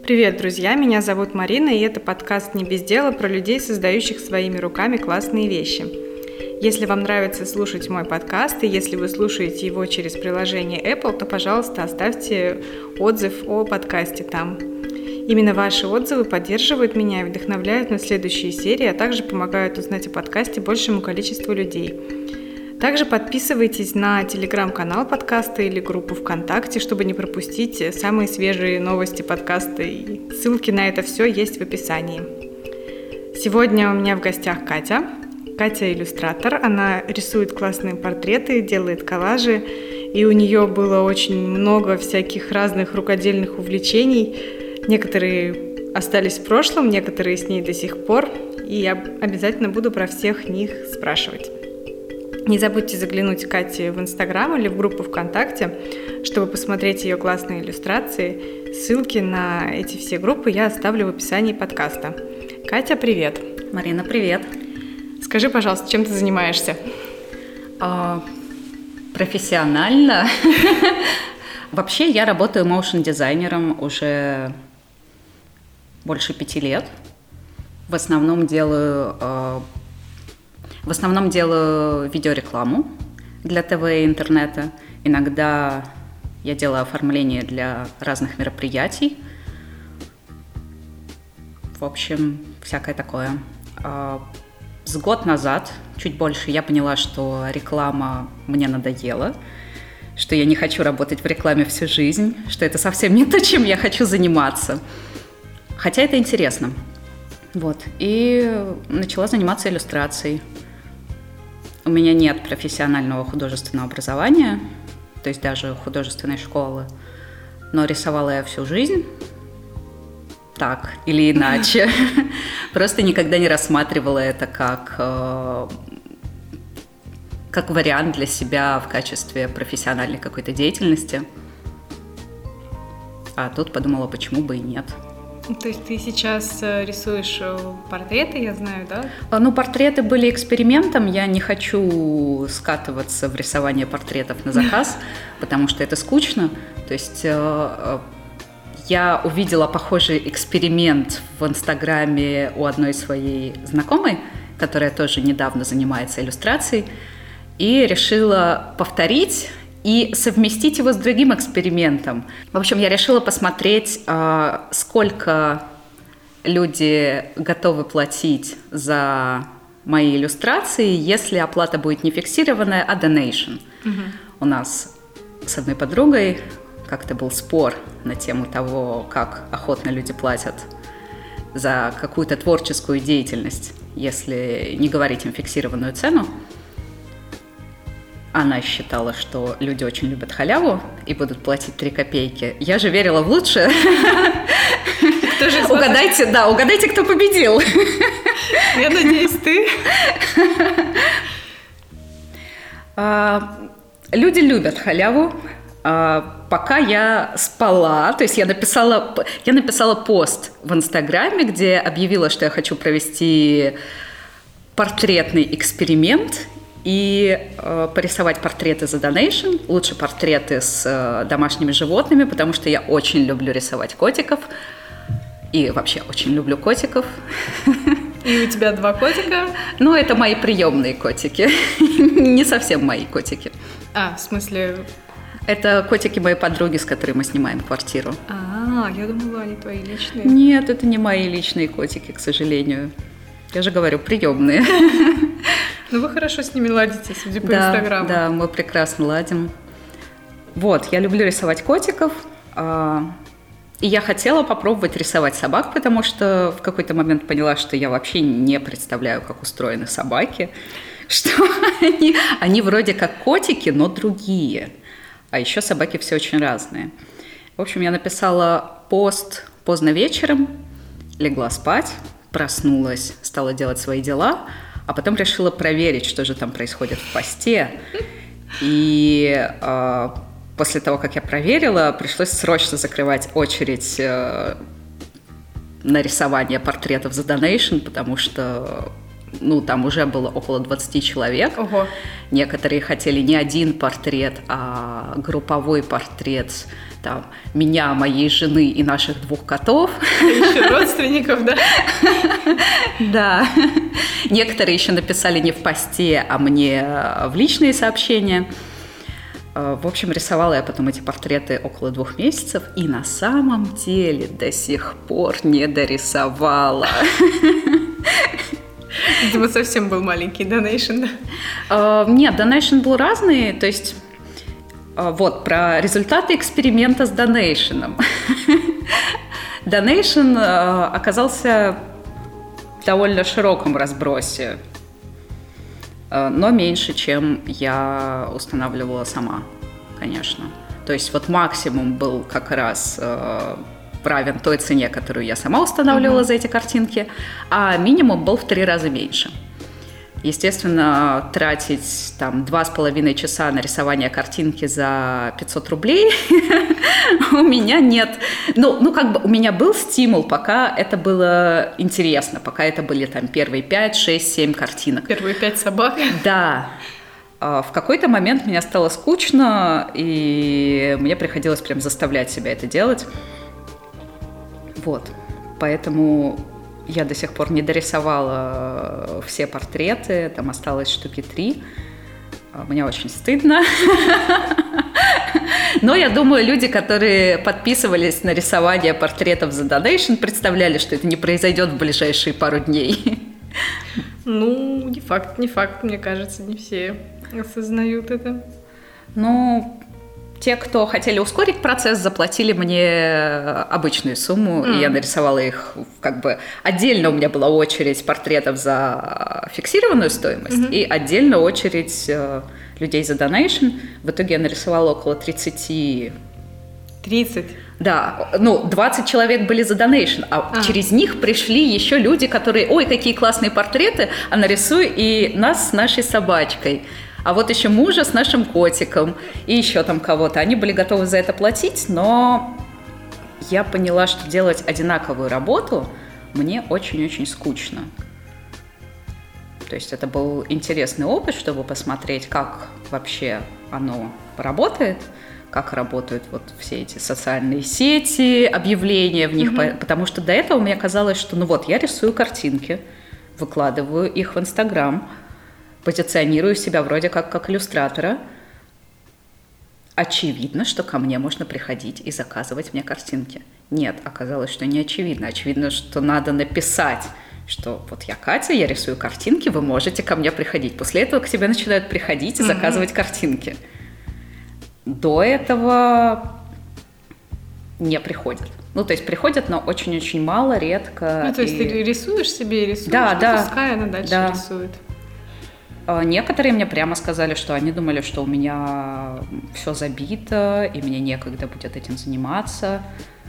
Привет, друзья! Меня зовут Марина, и это подкаст «Не без дела» про людей, создающих своими руками классные вещи. Если вам нравится слушать мой подкаст, и если вы слушаете его через приложение Apple, то, пожалуйста, оставьте отзыв о подкасте там. Именно ваши отзывы поддерживают меня и вдохновляют на следующие серии, а также помогают узнать о подкасте большему количеству людей. Также подписывайтесь на телеграм-канал подкаста или группу ВКонтакте, чтобы не пропустить самые свежие новости подкаста. И ссылки на это все есть в описании. Сегодня у меня в гостях Катя. Катя иллюстратор, она рисует классные портреты, делает коллажи, и у нее было очень много всяких разных рукодельных увлечений. Некоторые остались в прошлом, некоторые с ней до сих пор, и я обязательно буду про всех них спрашивать. Не забудьте заглянуть к Кате в Инстаграм или в группу ВКонтакте, чтобы посмотреть ее классные иллюстрации. Ссылки на эти все группы я оставлю в описании подкаста. Катя, привет! Марина, привет! Скажи, пожалуйста, чем ты занимаешься? Профессионально. Вообще, я работаю моушн-дизайнером уже больше 5 лет. В основном делаю видеорекламу для ТВ и интернета. Иногда я делаю оформление для разных мероприятий. В общем, всякое такое. С год назад, чуть больше, я поняла, что реклама мне надоела, что я не хочу работать в рекламе всю жизнь, что это совсем не то, чем я хочу заниматься. Хотя это интересно. Вот. И начала заниматься иллюстрацией. У меня нет профессионального художественного образования, то есть даже художественной школы, но рисовала я всю жизнь, так или иначе. Просто никогда не рассматривала это как вариант для себя в качестве профессиональной какой-то деятельности. А тут подумала, почему бы и нет. То есть ты сейчас рисуешь портреты, я знаю, да? Ну, портреты были экспериментом. Я не хочу скатываться в рисование портретов на заказ, потому что это скучно. То есть я увидела похожий эксперимент в Инстаграме у одной своей знакомой, которая тоже недавно занимается иллюстрацией, и решила повторить и совместить его с другим экспериментом. В общем, я решила посмотреть, сколько люди готовы платить за мои иллюстрации, если оплата будет не фиксированная, а donation. У нас с одной подругой как-то был спор на тему того, как охотно люди платят за какую-то творческую деятельность, если не говорить им фиксированную цену. Она считала, что люди очень любят халяву и будут платить 3 копейки. Я же верила в лучшее. Угадайте, кто победил. Я надеюсь, ты. Люди любят халяву. Пока я спала, то есть я написала пост в Инстаграме, где объявила, что я хочу провести портретный эксперимент и порисовать портреты за donation, лучше портреты с домашними животными, потому что я очень люблю рисовать котиков и вообще очень люблю котиков. И у тебя 2 котика? Ну, это мои приемные котики, не совсем мои котики. В смысле... Это котики моей подруги, с которой мы снимаем квартиру. Я думала, они твои личные. Нет, это не мои личные котики, к сожалению. Я же говорю, приемные. Ну, вы хорошо с ними ладите, судя по Инстаграму. Да, мы прекрасно ладим. Вот, я люблю рисовать котиков. И я хотела попробовать рисовать собак, потому что в какой-то момент поняла, что я вообще не представляю, как устроены собаки. Что они вроде как котики, но другие. А еще собаки все очень разные. В общем, я написала пост поздно вечером, легла спать, проснулась, стала делать свои дела, а потом решила проверить, что же там происходит в посте. И после того, как я проверила, пришлось срочно закрывать очередь на рисование портретов за donation, потому что там уже было около 20 человек. Ого. Некоторые хотели не один портрет, а групповой портрет там, меня, моей жены и наших 2 котов. Еще родственников, да? Да. Некоторые еще написали не в посте, а мне в личные сообщения. В общем, рисовала я потом эти портреты около 2 месяцев, и на самом деле до сих пор не дорисовала. Видимо, совсем был маленький донейшн, да? Нет, донейшн был разный, то есть вот про результаты эксперимента с донейшеном. Донейшн оказался в довольно широком разбросе, но меньше, чем я устанавливала сама, конечно. То есть вот максимум был как раз равен той цене, которую я сама устанавливала за эти картинки, а минимум был в 3 раза меньше. Естественно, тратить там 2,5 часа на рисование картинки за 500 рублей у меня нет. Ну, как бы у меня был стимул, пока это было интересно, пока это были там первые 5, 6, 7 картинок. Первые 5 собак. Да. В какой-то момент мне стало скучно, и мне приходилось прям заставлять себя это делать. Вот. Поэтому я до сих пор не дорисовала все портреты, там осталось штуки 3. Мне очень стыдно. Но я думаю, люди, которые подписывались на рисование портретов за донейшн, представляли, что это не произойдет в ближайшие пару дней. Ну, не факт, мне кажется, не все осознают это. Ну, те, кто хотели ускорить процесс, заплатили мне обычную сумму, и я нарисовала их как бы... Отдельно у меня была очередь портретов за фиксированную стоимость, и отдельно очередь людей за донейшн. В итоге я нарисовала около 30... 30? Да, 20 человек были за донейшн, через них пришли еще люди, которые, ой, какие классные портреты, а нарисуй и нас с нашей собачкой. А вот еще мужа с нашим котиком и еще там кого-то. Они были готовы за это платить, но я поняла, что делать одинаковую работу мне очень-очень скучно. То есть это был интересный опыт, чтобы посмотреть, как вообще оно работает, как работают вот все эти социальные сети, объявления в них. Потому что до этого мне казалось, что я рисую картинки, выкладываю их в Инстаграм, позиционирую себя вроде как иллюстратора. Очевидно, что ко мне можно приходить и заказывать мне картинки. Нет, оказалось, что не очевидно. Очевидно, что надо написать, что вот я Катя, я рисую картинки, вы можете ко мне приходить. После этого к тебе начинают приходить и заказывать картинки. До этого не приходят. То есть приходят, но очень-очень мало, редко. То есть ты рисуешь себе и рисуешь, да, пускай она дальше рисует. Некоторые мне прямо сказали, что они думали, что у меня все забито, и мне некогда будет этим заниматься.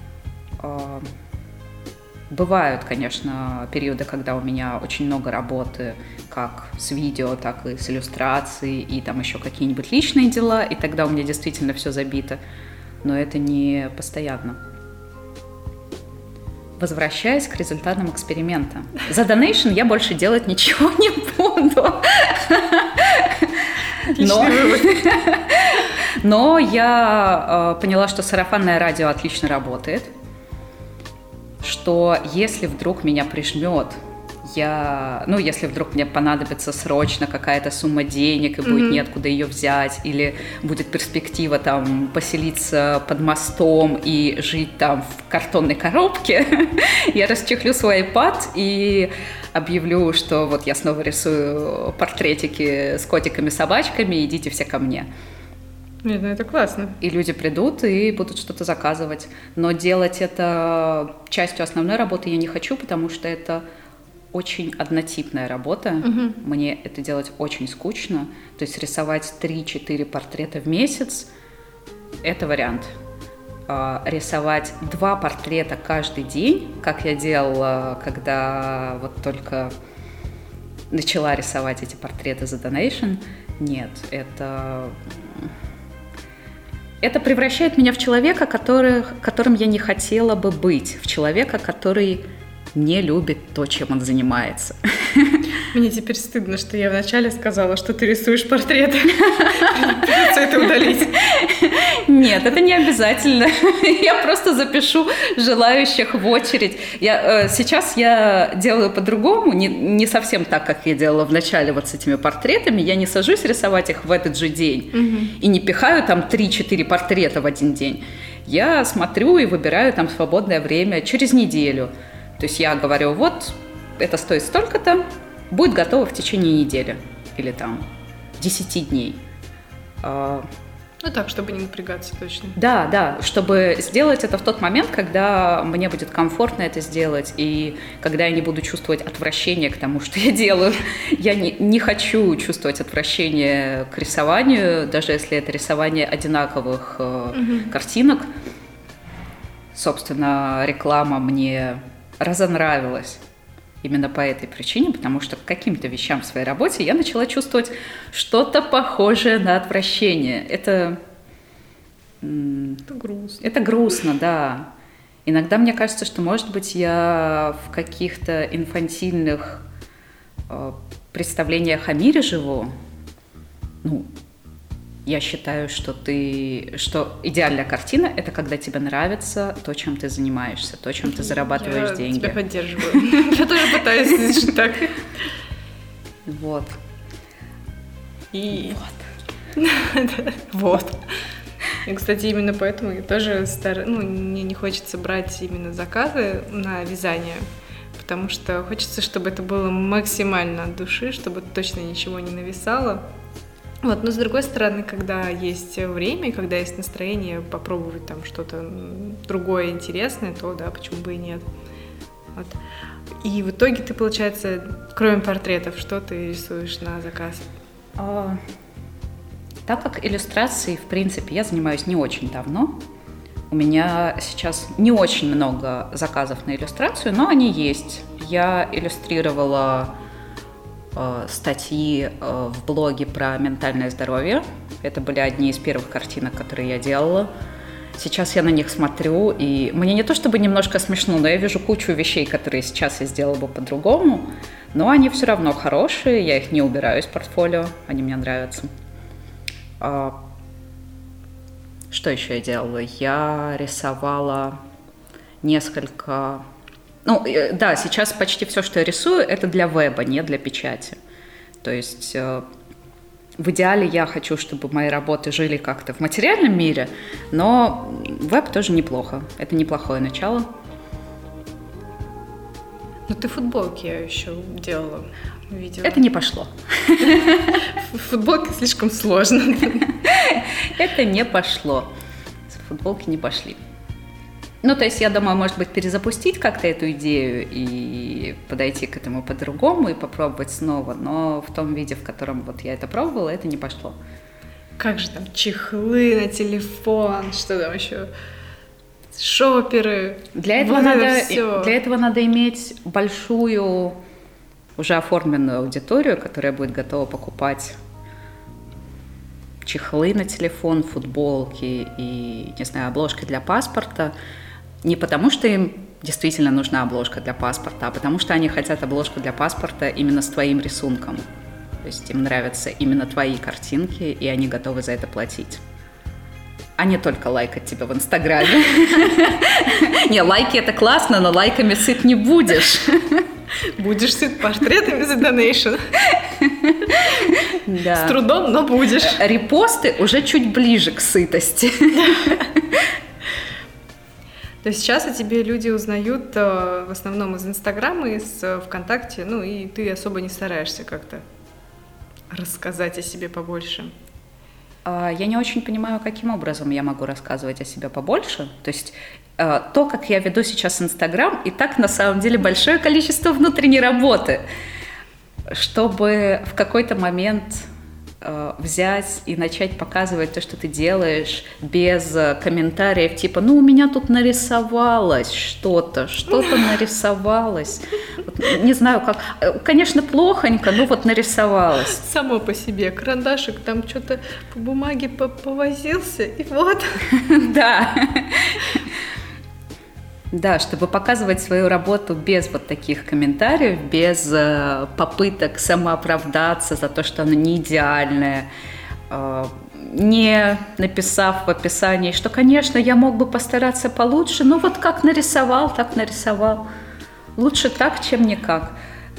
Бывают, конечно, периоды, когда у меня очень много работы, как с видео, так и с иллюстрацией, и там еще какие-нибудь личные дела, и тогда у меня действительно все забито. Но это не постоянно. Возвращаясь к результатам эксперимента. За донейшн я больше делать ничего не буду. Но я поняла, что сарафанное радио отлично работает, что если вдруг меня прижмет, если вдруг мне понадобится срочно какая-то сумма денег и будет неоткуда ее взять, или будет перспектива там поселиться под мостом и жить там в картонной коробке, я расчехлю свой iPad и объявлю, что вот я снова рисую портретики с котиками, собачками, идите все ко мне. Нет, это классно. И люди придут и будут что-то заказывать. Но делать это частью основной работы я не хочу, потому что это очень однотипная работа. Мне это делать очень скучно. То есть рисовать 3-4 портрета в месяц – это вариант. Рисовать 2 портрета каждый день, как я делала, когда вот только начала рисовать эти портреты за донейшн, нет, это превращает меня в человека, которым я не хотела бы быть, в человека, который не любит то, чем он занимается. Мне теперь стыдно, что я вначале сказала, что ты рисуешь портреты. Придется это удалить. Нет, это не обязательно. Я просто запишу желающих в очередь. Сейчас я делаю по-другому, не совсем так, как я делала в начале вот с этими портретами. Я не сажусь рисовать их в этот же день и не пихаю там 3-4 портрета в один день. Я смотрю и выбираю там свободное время через неделю. То есть я говорю, вот, это стоит столько-то, будет готово в течение недели или там 10 дней. Ну так, чтобы не напрягаться точно. Да, чтобы сделать это в тот момент, когда мне будет комфортно это сделать, и когда я не буду чувствовать отвращение к тому, что я делаю. Я не хочу чувствовать отвращение к рисованию, даже если это рисование одинаковых картинок. Собственно, реклама мне разонравилась именно по этой причине, потому что к каким-то вещам в своей работе я начала чувствовать что-то похожее на отвращение. Это грустно. Это грустно, да. Иногда мне кажется, что, может быть, я в каких-то инфантильных представлениях о мире живу. Я считаю, что идеальная картина – это когда тебе нравится то, чем ты занимаешься, то, чем ты зарабатываешь деньги. Я тебя поддерживаю. Я тоже пытаюсь жить так. Вот. И вот. И, кстати, именно поэтому я тоже мне не хочется брать именно заказы на вязание, потому что хочется, чтобы это было максимально от души, чтобы точно ничего не нависало. Вот, но с другой стороны, когда есть время, когда есть настроение попробовать там что-то другое интересное, то да, почему бы и нет. Вот. И в итоге ты, получается, кроме портретов, что ты рисуешь на заказ? Так как иллюстрацией, в принципе, я занимаюсь не очень давно, у меня сейчас не очень много заказов на иллюстрацию, но они есть. Я иллюстрировала статьи в блоге про ментальное здоровье. Это были одни из первых картинок, которые я делала. Сейчас я на них смотрю, и мне не то чтобы немножко смешно, но я вижу кучу вещей, которые сейчас я сделала бы по-другому, но они все равно хорошие, я их не убираю из портфолио, они мне нравятся. Что еще я делала? Я рисовала несколько... сейчас почти все, что я рисую, это для веба, не для печати. То есть в идеале я хочу, чтобы мои работы жили как-то в материальном мире, но веб тоже неплохо. Это неплохое начало. Ты футболки еще делала, видела. Это не пошло. Футболки слишком сложно. Это не пошло. Футболки не пошли. То есть, я думаю, может быть, перезапустить как-то эту идею и подойти к этому по-другому и попробовать снова, но в том виде, в котором вот я это пробовала, это не пошло. Как же там чехлы на телефон, что там еще, шоперы. Для этого надо иметь большую, уже оформленную аудиторию, которая будет готова покупать чехлы на телефон, футболки и, не знаю, обложки для паспорта. Не потому, что им действительно нужна обложка для паспорта, а потому что они хотят обложку для паспорта именно с твоим рисунком. То есть им нравятся именно твои картинки, и они готовы за это платить. А не только лайкать тебя в Инстаграме. Не, лайки — это классно, но лайками сыт не будешь. Будешь сыт портретами за донейшн. Да. С трудом, но будешь. Репосты уже чуть ближе к сытости. То есть сейчас о тебе люди узнают в основном из Инстаграма, из ВКонтакте, и ты особо не стараешься как-то рассказать о себе побольше. Я не очень понимаю, каким образом я могу рассказывать о себе побольше. То есть то, как я веду сейчас Инстаграм, и так на самом деле большое количество внутренней работы, чтобы в какой-то момент взять и начать показывать то, что ты делаешь, без комментариев типа, у меня тут нарисовалось что-то нарисовалось. Не знаю как. Конечно, плохонько, но нарисовалось. Само по себе. Карандашик там что-то по бумаге повозился, и вот. Да. Да, чтобы показывать свою работу без вот таких комментариев, без попыток самооправдаться за то, что она не идеальная, не написав в описании, что, конечно, я мог бы постараться получше, но вот как нарисовал, так нарисовал. Лучше так, чем никак.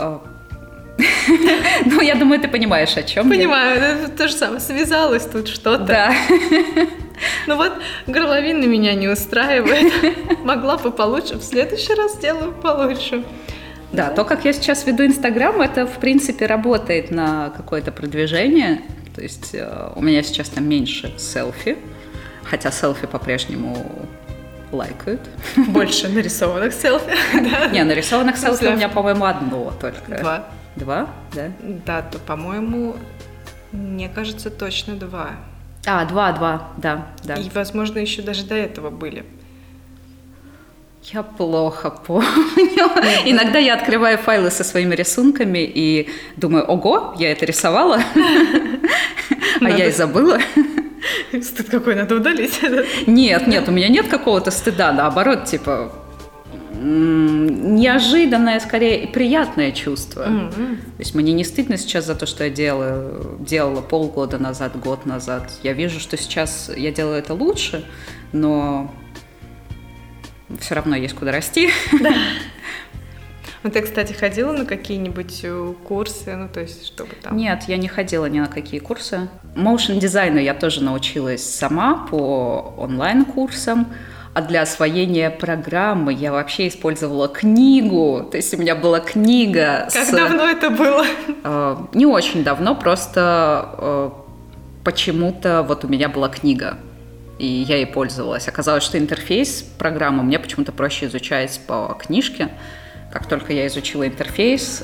Ну, я думаю, ты понимаешь, о чем я. Понимаю, то же самое. Связалось тут что-то. Да. Ну вот, горловина меня не устраивает. Могла бы получше. В следующий раз сделаю получше. Да, то, как я сейчас веду Инстаграм, это, в принципе, работает на какое-то продвижение. То есть у меня сейчас там меньше селфи, хотя селфи по-прежнему лайкают. Больше нарисованных селфи. Не, нарисованных селфи у меня, по-моему, одно только. Два, да? Да, то, по-моему, мне кажется, точно 2. Два, да. И, возможно, еще даже до этого были. Я плохо помню. Иногда я открываю файлы со своими рисунками и думаю, ого, я это рисовала, а я и забыла. Стыд какой, надо удалить. Нет, у меня нет какого-то стыда, наоборот, типа неожиданное, скорее, приятное чувство. То есть мне не стыдно сейчас за то, что я делала полгода назад, год назад. Я вижу, что сейчас я делаю это лучше, но все равно есть куда расти. Да. Ну, ты, кстати, ходила на какие-нибудь курсы, ну, то есть, чтобы там... Нет, я не ходила ни на какие курсы. Моушн-дизайну я тоже научилась сама по онлайн-курсам, а для освоения программы я вообще использовала книгу, то есть у меня была книга. Как давно это было? Не очень давно, просто почему-то вот у меня была книга, и я ей пользовалась. Оказалось, что интерфейс программы мне почему-то проще изучать по книжке. Как только я изучила интерфейс,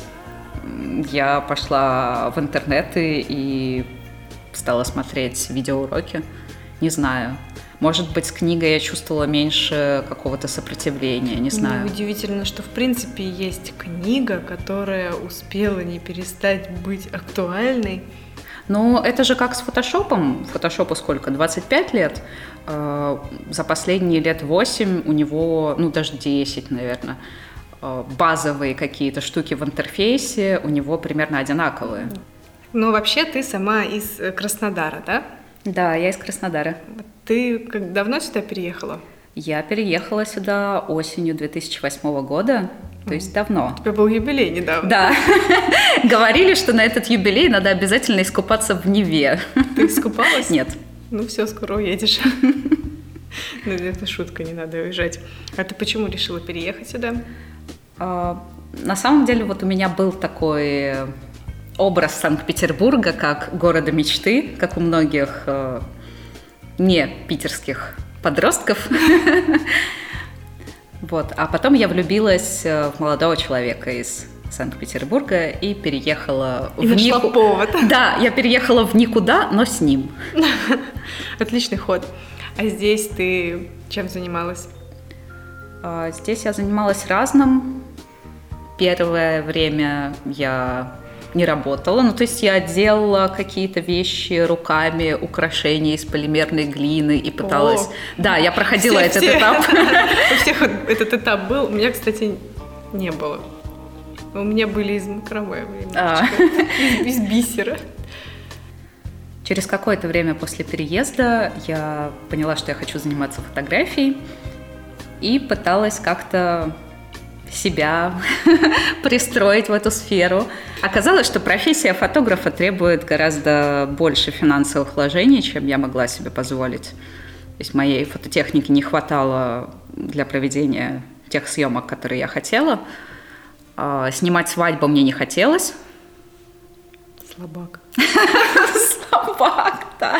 я пошла в интернет и стала смотреть видеоуроки. Не знаю. Может быть, с книгой я чувствовала меньше какого-то сопротивления, не знаю. Ну, удивительно, что в принципе есть книга, которая успела не перестать быть актуальной. Ну, это же как с фотошопом. Фотошопу сколько? 25 лет? За последние лет 8 у него, ну, даже 10, наверное, базовые какие-то штуки в интерфейсе у него примерно одинаковые. Ну, вообще, ты сама из Краснодара, да? Да, я из Краснодара. Ты как давно сюда переехала? Я переехала сюда осенью 2008 года, то есть давно. У тебя был юбилей недавно. Да. Говорили, что на этот юбилей надо обязательно искупаться в Неве. Ты искупалась? Нет. Ну все, скоро уедешь. Ну, это шутка, не надо уезжать. А ты почему решила переехать сюда? На самом деле, вот у меня был такой образ Санкт-Петербурга как города мечты, как у многих не питерских подростков. Вот. А потом я влюбилась в молодого человека из Санкт-Петербурга и переехала в никуда. Нашла повод. Да, я переехала в никуда, но с ним. Отличный ход. А здесь ты чем занималась? Здесь я занималась разным. Первое время я не работала. Ну, то есть я делала какие-то вещи руками, украшения из полимерной глины и пыталась... Да, я проходила этот этап. У всех этот этап был. У меня, кстати, не было. У меня были из макраме, из бисера. Через какое-то время после переезда я поняла, что я хочу заниматься фотографией и пыталась как-то себя пристроить в эту сферу. Оказалось, что профессия фотографа требует гораздо больше финансовых вложений, чем я могла себе позволить. То есть моей фототехники не хватало для проведения тех съемок, которые я хотела. Снимать свадьбу мне не хотелось. Слабак. Слабак, да.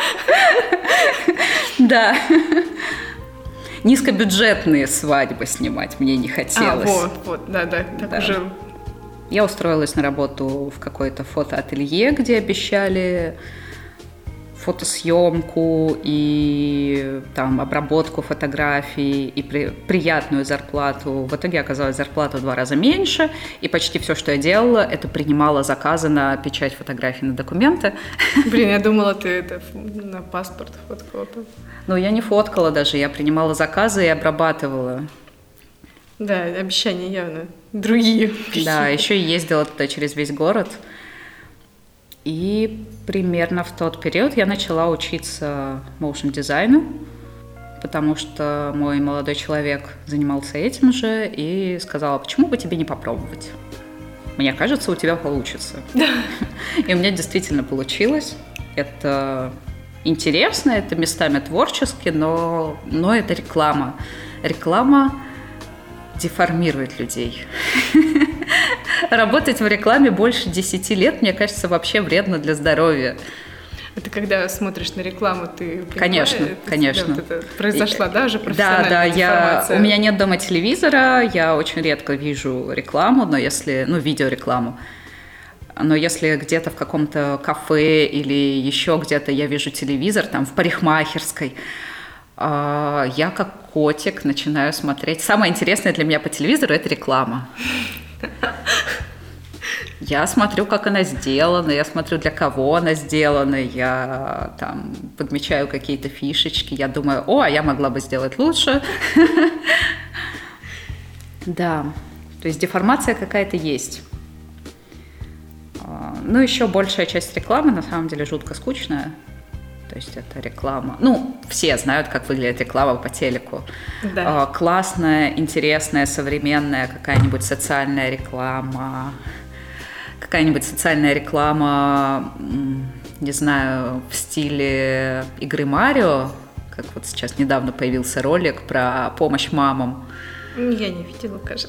Да. Низкобюджетные свадьбы снимать мне не хотелось. Да, так уже. Я устроилась на работу в какое-то фотоателье, где обещали фотосъемку и там обработку фотографий и приятную зарплату. В итоге оказалась зарплата в 2 раза меньше, и почти все, что я делала, это принимала заказы на печать фотографий, на документы. Блин, я думала, ты это на паспорт фоткала. Ну, я не фоткала даже, я принимала заказы и обрабатывала. Да, обещания явно другие. Да, еще и ездила туда через весь город. И примерно в тот период я начала учиться моушн-дизайну, потому что мой молодой человек занимался этим же и сказал: почему бы тебе не попробовать? Мне кажется, у тебя получится. И у меня действительно получилось. Это интересно, это местами творчески, но это реклама. Реклама деформирует людей. Работать в рекламе больше 10 лет, мне кажется, вообще вредно для здоровья. Это когда смотришь на рекламу, ты понимаешь? Конечно, конечно. Вот это произошла, да, уже профессиональная деформация? У меня нет дома телевизора, я очень редко вижу рекламу, но если, видеорекламу. Но если где-то в каком-то кафе или еще где-то я вижу телевизор, там в парикмахерской, я как котик начинаю смотреть. Самое интересное для меня по телевизору – это реклама. Я смотрю, как она сделана, я смотрю, для кого она сделана, я там подмечаю какие-то фишечки, я думаю: а я могла бы сделать лучше. Да, то есть деформация какая-то есть. Еще большая часть рекламы, на самом деле, жутко скучная. То есть это реклама. Все знают, как выглядит реклама по телеку. Да. Классная, интересная, современная какая-нибудь социальная реклама. Какая-нибудь социальная реклама, не знаю, в стиле игры Марио. Как вот сейчас недавно появился ролик про помощь мамам. Я не видела, кажется.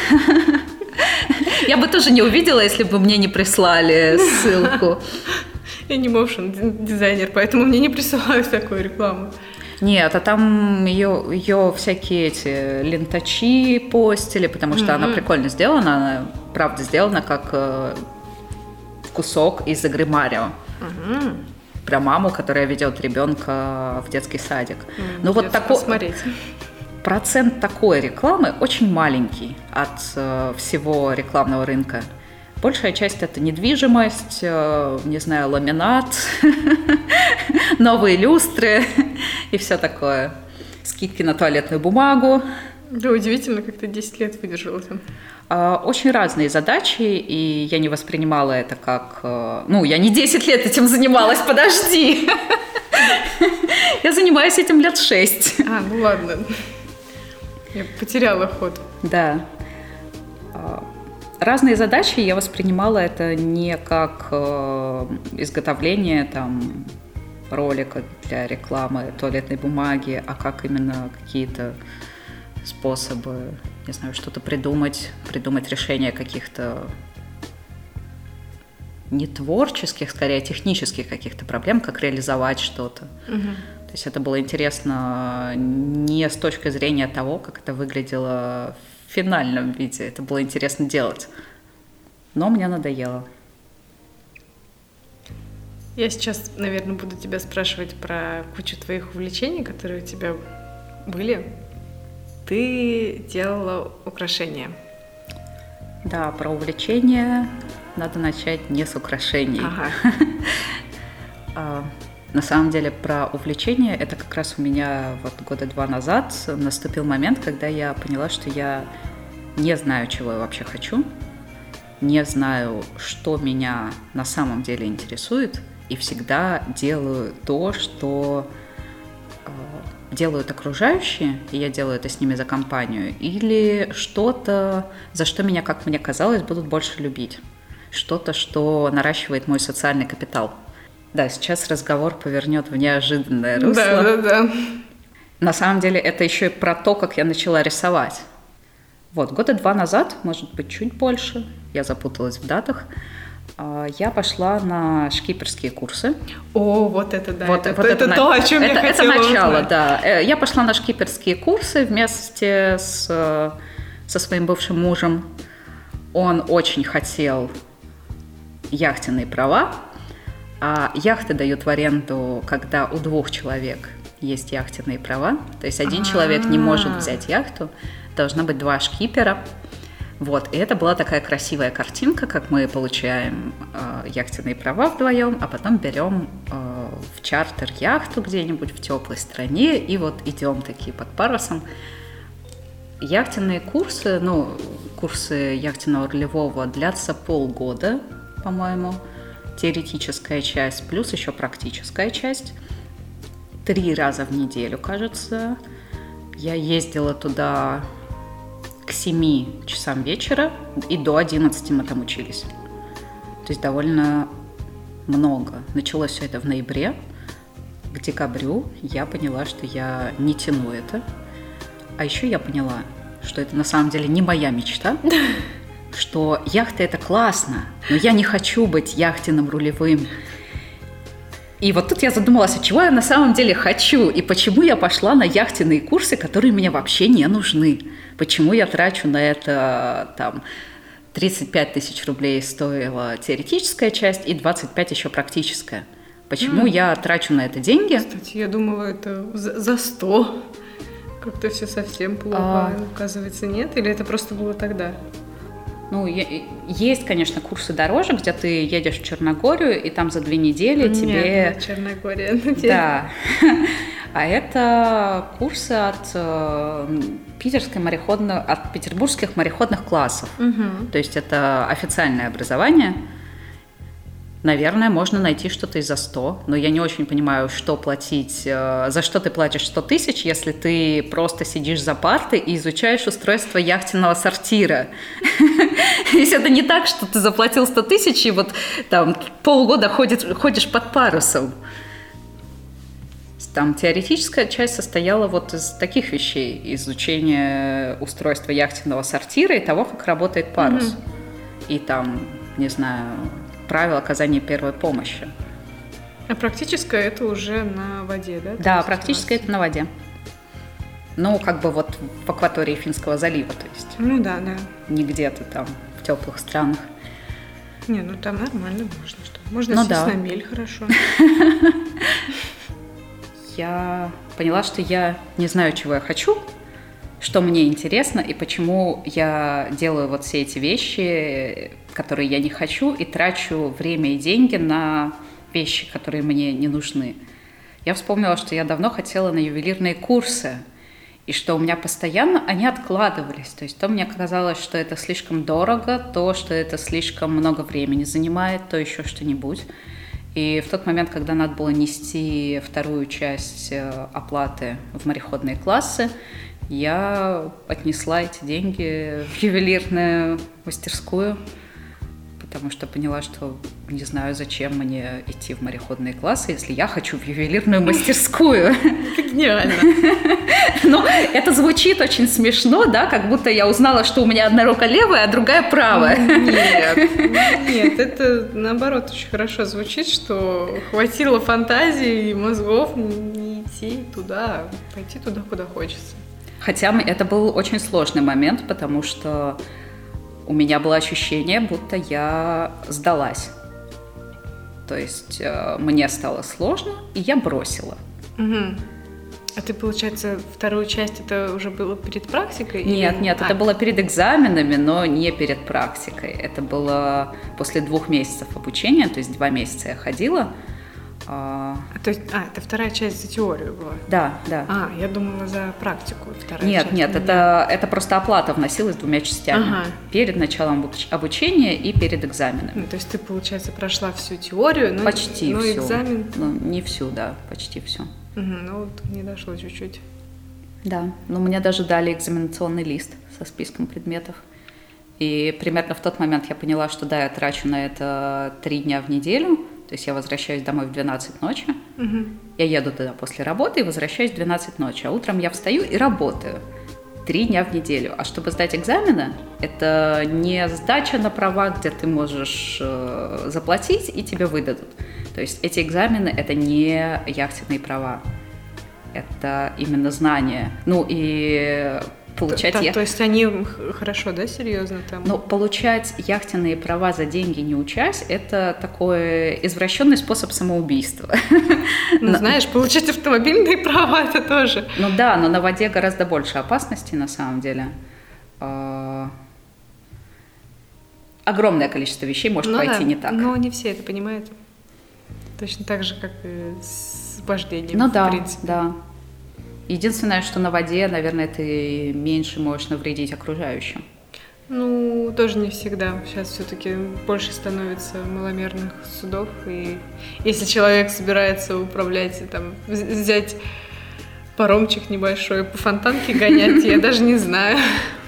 Я бы тоже не увидела, если бы мне не прислали ссылку. Я не моушн-дизайнер, поэтому мне не присылают такую рекламу. Нет, а там ее всякие эти лентачи постили, потому что она прикольно сделана, она правда сделана как кусок из игры Марио. Про маму, которая ведет ребенка в детский садик. Вот такой процент такой рекламы очень маленький от всего рекламного рынка. Большая часть – это недвижимость, не знаю, ламинат, новые люстры и все такое. Скидки на туалетную бумагу. Да, удивительно, как ты 10 лет выдержала там. Очень разные задачи, и я не воспринимала это как... я не 10 лет этим занималась, подожди! Я занимаюсь этим лет 6. Ладно. Я потеряла ход. Да. Разные задачи, я воспринимала это не как изготовление там ролика для рекламы туалетной бумаги, а как именно какие-то способы, не знаю, что-то придумать решение каких-то не творческих, скорее технических каких-то проблем, как реализовать что-то. То есть это было интересно не с точки зрения того, как это выглядело в финальном виде. Это было интересно делать. Но мне надоело. Я сейчас, наверное, буду тебя спрашивать про кучу твоих увлечений, которые у тебя были. Ты делала украшения. Да, про увлечения надо начать не с украшений. На самом деле про увлечение это как раз у меня года 2 назад наступил момент, когда я поняла, что я не знаю, чего я вообще хочу, не знаю, что меня на самом деле интересует, и всегда делаю то, что делают окружающие, и я делаю это с ними за компанию, или что-то, за что меня, как мне казалось, будут больше любить, что-то, что наращивает мой социальный капитал. Да, сейчас разговор повернет в неожиданное русло. Да. На самом деле это еще и про то, как я начала рисовать. Года 2 назад, может быть, чуть больше, я запуталась в датах, я пошла на шкиперские курсы. Вот это да, это то, о чем я хотела узнать. Это начало, узнать. Да. Я пошла на шкиперские курсы вместе со своим бывшим мужем. Он очень хотел яхтенные права. А яхты дают в аренду, когда у 2 человек есть яхтенные права. То есть один человек не может взять яхту, должно быть 2 шкипера. И это была такая красивая картинка, как мы получаем яхтенные права вдвоем, а потом берем в чартер яхту где-нибудь в теплой стране и идем такие под парусом. Яхтенные курсы, курсы яхтенного рулевого длятся полгода, по-моему, теоретическая часть, плюс еще практическая часть. 3 раза в неделю, кажется. Я ездила туда к 7 часам вечера, и до 11 мы там учились. То есть довольно много. Началось все это в ноябре. К декабрю я поняла, что я не тяну это. А еще я поняла, что это на самом деле не моя мечта, что яхта – это классно, но я не хочу быть яхтенным рулевым. И вот тут я задумалась, а чего я на самом деле хочу, и почему я пошла на яхтенные курсы, которые мне вообще не нужны. Почему я трачу на это 35 тысяч рублей стоила теоретическая часть и 25 еще практическая. Почему я трачу на это деньги? Кстати, я думала, это за 100. Как-то все совсем плохо, оказывается, нет? Или это просто было тогда? Есть, конечно, курсы дороже, где ты едешь в Черногорию, и там за 2 недели тебе... Нет, Черногория. Да. А это курсы от петербургских мореходных классов. Угу. То есть это официальное образование. Наверное, можно найти что-то и за 100, но я не очень понимаю, что платить, за что ты платишь 100 тысяч, если ты просто сидишь за партой и изучаешь устройство яхтенного сортира. Если это не так, что ты заплатил 100 тысяч и вот там полгода ходишь под парусом. Там теоретическая часть состояла вот из таких вещей: изучения устройства яхтенного сортира и того, как работает парус. Mm-hmm. И там, не знаю, правила оказания первой помощи. А практическое это уже на воде, да? Да, практическое это на воде. Как бы вот в акватории Финского залива, то есть. Да. Не где-то там в теплых странах. Не, там нормально можно. Можно сесть на мель, хорошо. Я поняла, что я не знаю, чего я хочу, что мне интересно и почему я делаю вот все эти вещи, которые я не хочу, и трачу время и деньги на вещи, которые мне не нужны. Я вспомнила, что я давно хотела на ювелирные курсы, и что у меня постоянно они откладывались. То есть то мне казалось, что это слишком дорого, то, что это слишком много времени занимает, то еще что-нибудь. И в тот момент, когда надо было нести вторую часть оплаты в мореходные классы, я отнесла эти деньги в ювелирную мастерскую, потому что поняла, что не знаю, зачем мне идти в мореходные классы, если я хочу в ювелирную мастерскую. Гениально. Это звучит очень смешно, да, как будто я узнала, что у меня одна рука левая, а другая правая. Нет, это наоборот очень хорошо звучит, что хватило фантазии и мозгов не идти туда, а пойти туда, куда хочется. Хотя это был очень сложный момент, потому что у меня было ощущение, будто я сдалась. То есть мне стало сложно, и я бросила. Угу. А ты, получается, вторую часть это уже было перед практикой? Нет, это было перед экзаменами, но не перед практикой. Это было после 2 месяцев обучения, то есть 2 месяца я ходила. Это вторая часть за теорию была? Да. Я думала за практику. Нет, это просто оплата вносилась 2 частями. Ага. Перед началом обучения и перед экзаменом. То есть ты, получается, прошла всю теорию, но почти всю. Экзамен... не всю, да, почти всю. Угу, не дошло чуть-чуть. Да, но мне даже дали экзаменационный лист со списком предметов. И примерно в тот момент я поняла, что да, я трачу на это 3 дня в неделю. То есть я возвращаюсь домой в 12 ночи, я еду туда после работы и возвращаюсь в 12 ночи, а утром я встаю и работаю 3 дня в неделю. А чтобы сдать экзамены, это не сдача на права, где ты можешь заплатить и тебе выдадут. То есть эти экзамены – это не яхтенные права, это именно знания. И получать... То есть они хорошо, да, серьезно там? Получать яхтенные права за деньги, не учась, это такой извращенный способ самоубийства. Знаешь, получать автомобильные права, это тоже. Но на воде гораздо больше опасностей на самом деле. Огромное количество вещей может пойти не так. Но не все это понимают. Точно так же, как и с вождением, в принципе. Да. Единственное, что на воде, наверное, ты меньше можешь навредить окружающим. Ну, тоже не всегда. Сейчас все-таки больше становится маломерных судов. И если человек собирается управлять, там, взять паромчик небольшой, по фонтанке гонять, я даже не знаю.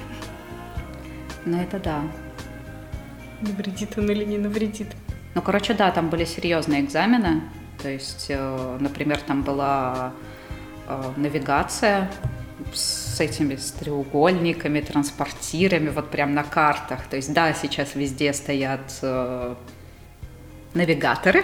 Ну, это да. Навредит он или не навредит. Ну, короче, да, там были серьезные экзамены. То есть, например, там была навигация с треугольниками, транспортирами, вот прям на картах. То есть, да, сейчас везде стоят навигаторы,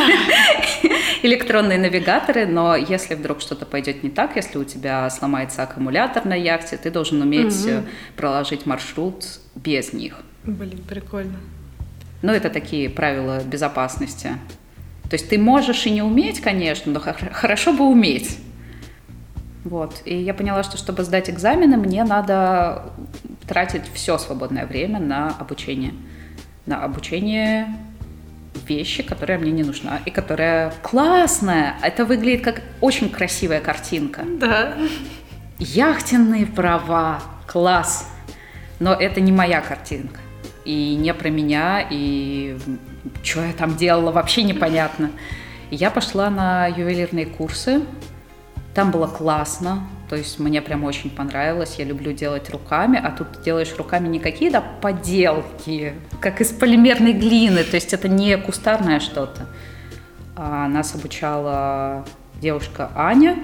электронные навигаторы, но если вдруг что-то пойдет не так, если у тебя сломается аккумулятор на яхте, ты должен уметь проложить маршрут без них. Блин, прикольно. Ну, это такие правила безопасности. То есть ты можешь и не уметь, конечно, но хорошо бы уметь. Вот. И я поняла, что чтобы сдать экзамены, мне надо тратить все свободное время на обучение. На обучение вещи, которая мне не нужна и которая классная. Это выглядит как очень красивая картинка. Да. Яхтенные права. Класс. Но это не моя картинка. И не про меня, и что я там делала, вообще непонятно. И я пошла на ювелирные курсы. Там было классно, то есть мне прям очень понравилось. Я люблю делать руками, а тут делаешь руками не какие-то поделки, как из полимерной глины. То есть это не кустарное что-то. А нас обучала девушка Аня,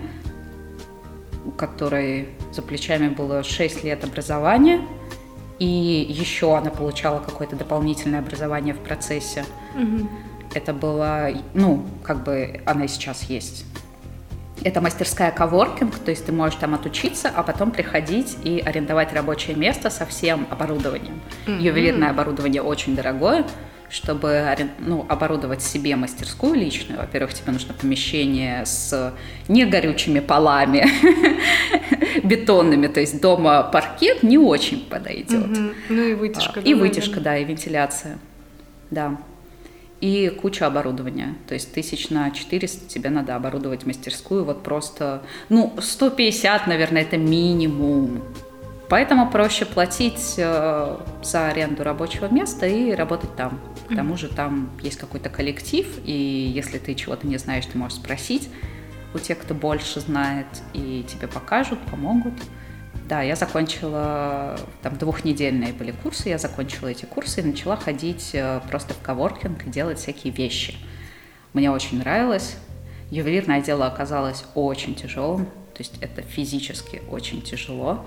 у которой за плечами было 6 лет образования. И еще она получала какое-то дополнительное образование в процессе. Это было, ну, как бы она и сейчас есть. Это мастерская коворкинг, то есть ты можешь там отучиться, а потом приходить и арендовать рабочее место со всем оборудованием. Ювелирное оборудование очень дорогое. Чтобы оборудовать себе мастерскую личную, во-первых, тебе нужно помещение с негорючими полами бетонными, то есть дома паркет не очень подойдет. Ну и вытяжка. И вытяжка, да, и вентиляция. Да. И куча оборудования. То есть 400 тебе надо оборудовать мастерскую. Вот просто, 150, наверное, это минимум. Поэтому проще платить за аренду рабочего места и работать там. К тому же там есть какой-то коллектив, и если ты чего-то не знаешь, ты можешь спросить у тех, кто больше знает, и тебе покажут, помогут. Да, я закончила, там 2-недельные были курсы, я закончила эти курсы и начала ходить просто в коворкинг и делать всякие вещи. Мне очень нравилось. Ювелирное дело оказалось очень тяжелым, то есть это физически очень тяжело.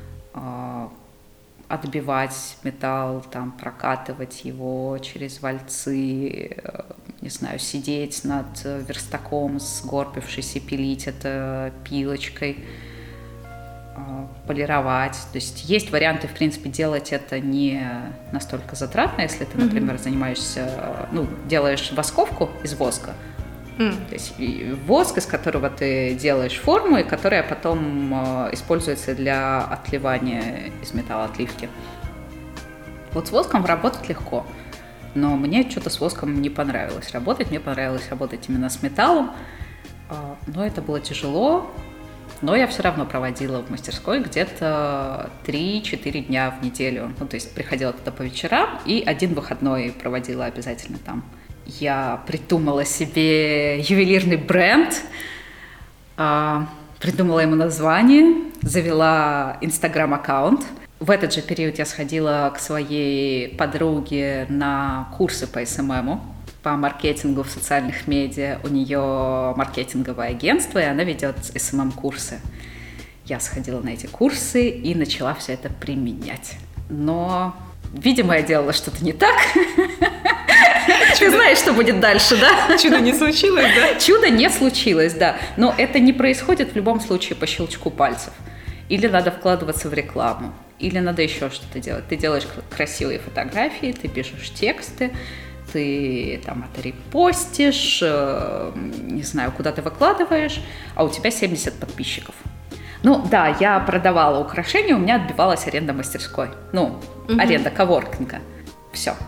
Отбивать металл, там, прокатывать его через вальцы, не знаю, сидеть над верстаком, сгорбившись и пилить это пилочкой, полировать. То есть есть варианты, в принципе, делать это не настолько затратно, если ты, например, занимаешься, делаешь восковку из воска. То есть воск, из которого ты делаешь форму, и которая потом используется для отливания из металлоотливки. Вот с воском работать легко, но мне что-то с воском не понравилось работать. Мне понравилось работать именно с металлом, но это было тяжело. Но я все равно проводила в мастерской где-то 3-4 дня в неделю. То есть приходила туда по вечерам и один выходной проводила обязательно там. Я придумала себе ювелирный бренд, придумала ему название, завела инстаграм-аккаунт. В этот же период я сходила к своей подруге на курсы по СММу, по маркетингу в социальных медиа. У нее маркетинговое агентство, и она ведет СММ-курсы. Я сходила на эти курсы и начала все это применять. Но, видимо, я делала что-то не так. Ты знаешь, что будет дальше, да? Чудо не случилось, да? Чудо не случилось, да. Но это не происходит в любом случае по щелчку пальцев. Или надо вкладываться в рекламу, или надо еще что-то делать. Ты делаешь красивые фотографии, ты пишешь тексты, ты там это репостишь, не знаю, куда ты выкладываешь, а у тебя 70 подписчиков. Да, я продавала украшения, у меня отбивалась аренда мастерской. Аренда коворкинга. Все.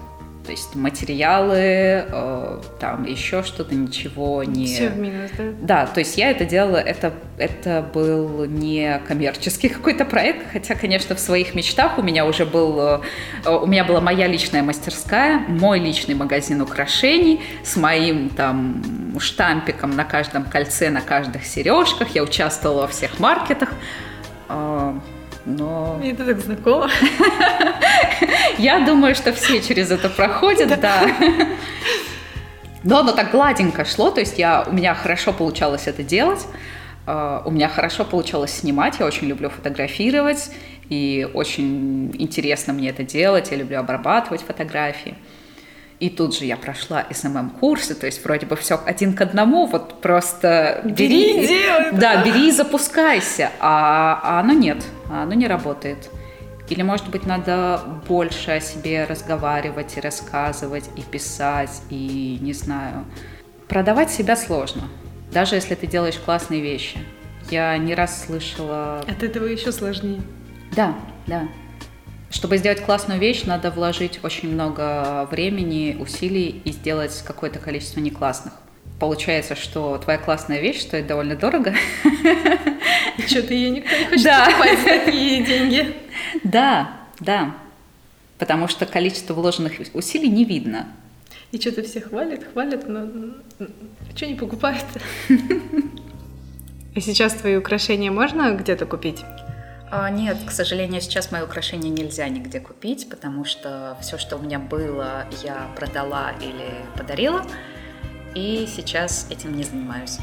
То есть материалы, там еще что-то, ничего не... Все в минус, да? Да, то есть я это делала, это был не коммерческий какой-то проект, хотя, конечно, в своих мечтах у меня была моя личная мастерская, мой личный магазин украшений с моим там штампиком на каждом кольце, на каждых сережках. Я участвовала во всех маркетах. Но... Мне это так знакомо. Я думаю, что все через это проходят, да. Но оно так гладенько шло, то есть у меня хорошо получалось это делать, у меня хорошо получалось снимать, я очень люблю фотографировать, и очень интересно мне это делать, я люблю обрабатывать фотографии. И тут же я прошла СММ-курсы, то есть вроде бы все один к одному, вот просто бери и запускайся, а оно нет, оно не работает. Или, может быть, надо больше о себе разговаривать и рассказывать, и писать, и, не знаю, продавать себя сложно, даже если ты делаешь классные вещи. Я не раз слышала... От этого еще сложнее. Да. Чтобы сделать классную вещь, надо вложить очень много времени, усилий и сделать какое-то количество неклассных. Получается, что твоя классная вещь стоит довольно дорого. И что-то ее никто не хочет покупать за такие деньги. Да. Потому что количество вложенных усилий не видно. И что-то все хвалят, но что не покупают? И сейчас твои украшения можно где-то купить? Нет, к сожалению, сейчас мои украшения нельзя нигде купить, потому что все, что у меня было, я продала или подарила, и сейчас этим не занимаюсь.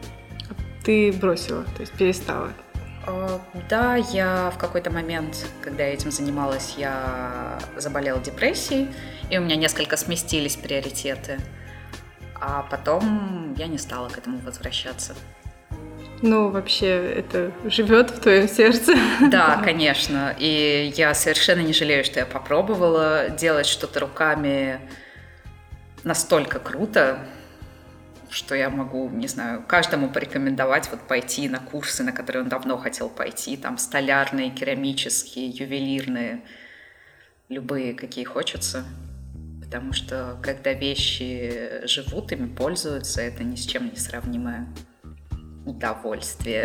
Ты бросила, то есть перестала? Да, я в какой-то момент, когда я этим занималась, я заболела депрессией, и у меня несколько сместились приоритеты, а потом я не стала к этому возвращаться. Ну, вообще, это живет в твоем сердце. Да, конечно. И я совершенно не жалею, что я попробовала делать что-то руками настолько круто, что я могу, не знаю, каждому порекомендовать вот пойти на курсы, на которые он давно хотел пойти, там столярные, керамические, ювелирные, любые, какие хочется. Потому что когда вещи живут, ими пользуются, это ни с чем не сравнимое удовольствие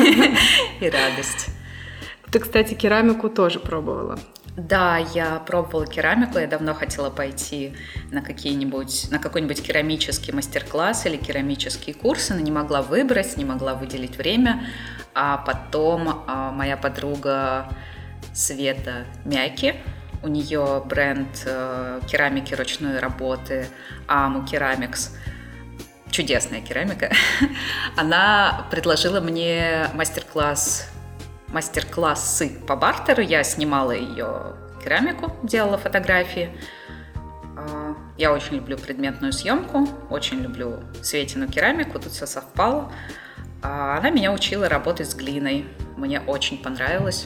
и радость. Ты, кстати, керамику тоже пробовала? Да, я пробовала керамику, я давно хотела пойти на какой-нибудь керамический мастер-класс или керамические курсы, но не могла выбрать, не могла выделить время. А потом моя подруга Света Мяки, у нее бренд керамики ручной работы Amu Ceramics, чудесная керамика, она предложила мне мастер-классы по бартеру. Я снимала ее керамику, делала фотографии. Я очень люблю предметную съемку, очень люблю Светину керамику, тут все совпало. Она меня учила работать с глиной, мне очень понравилось.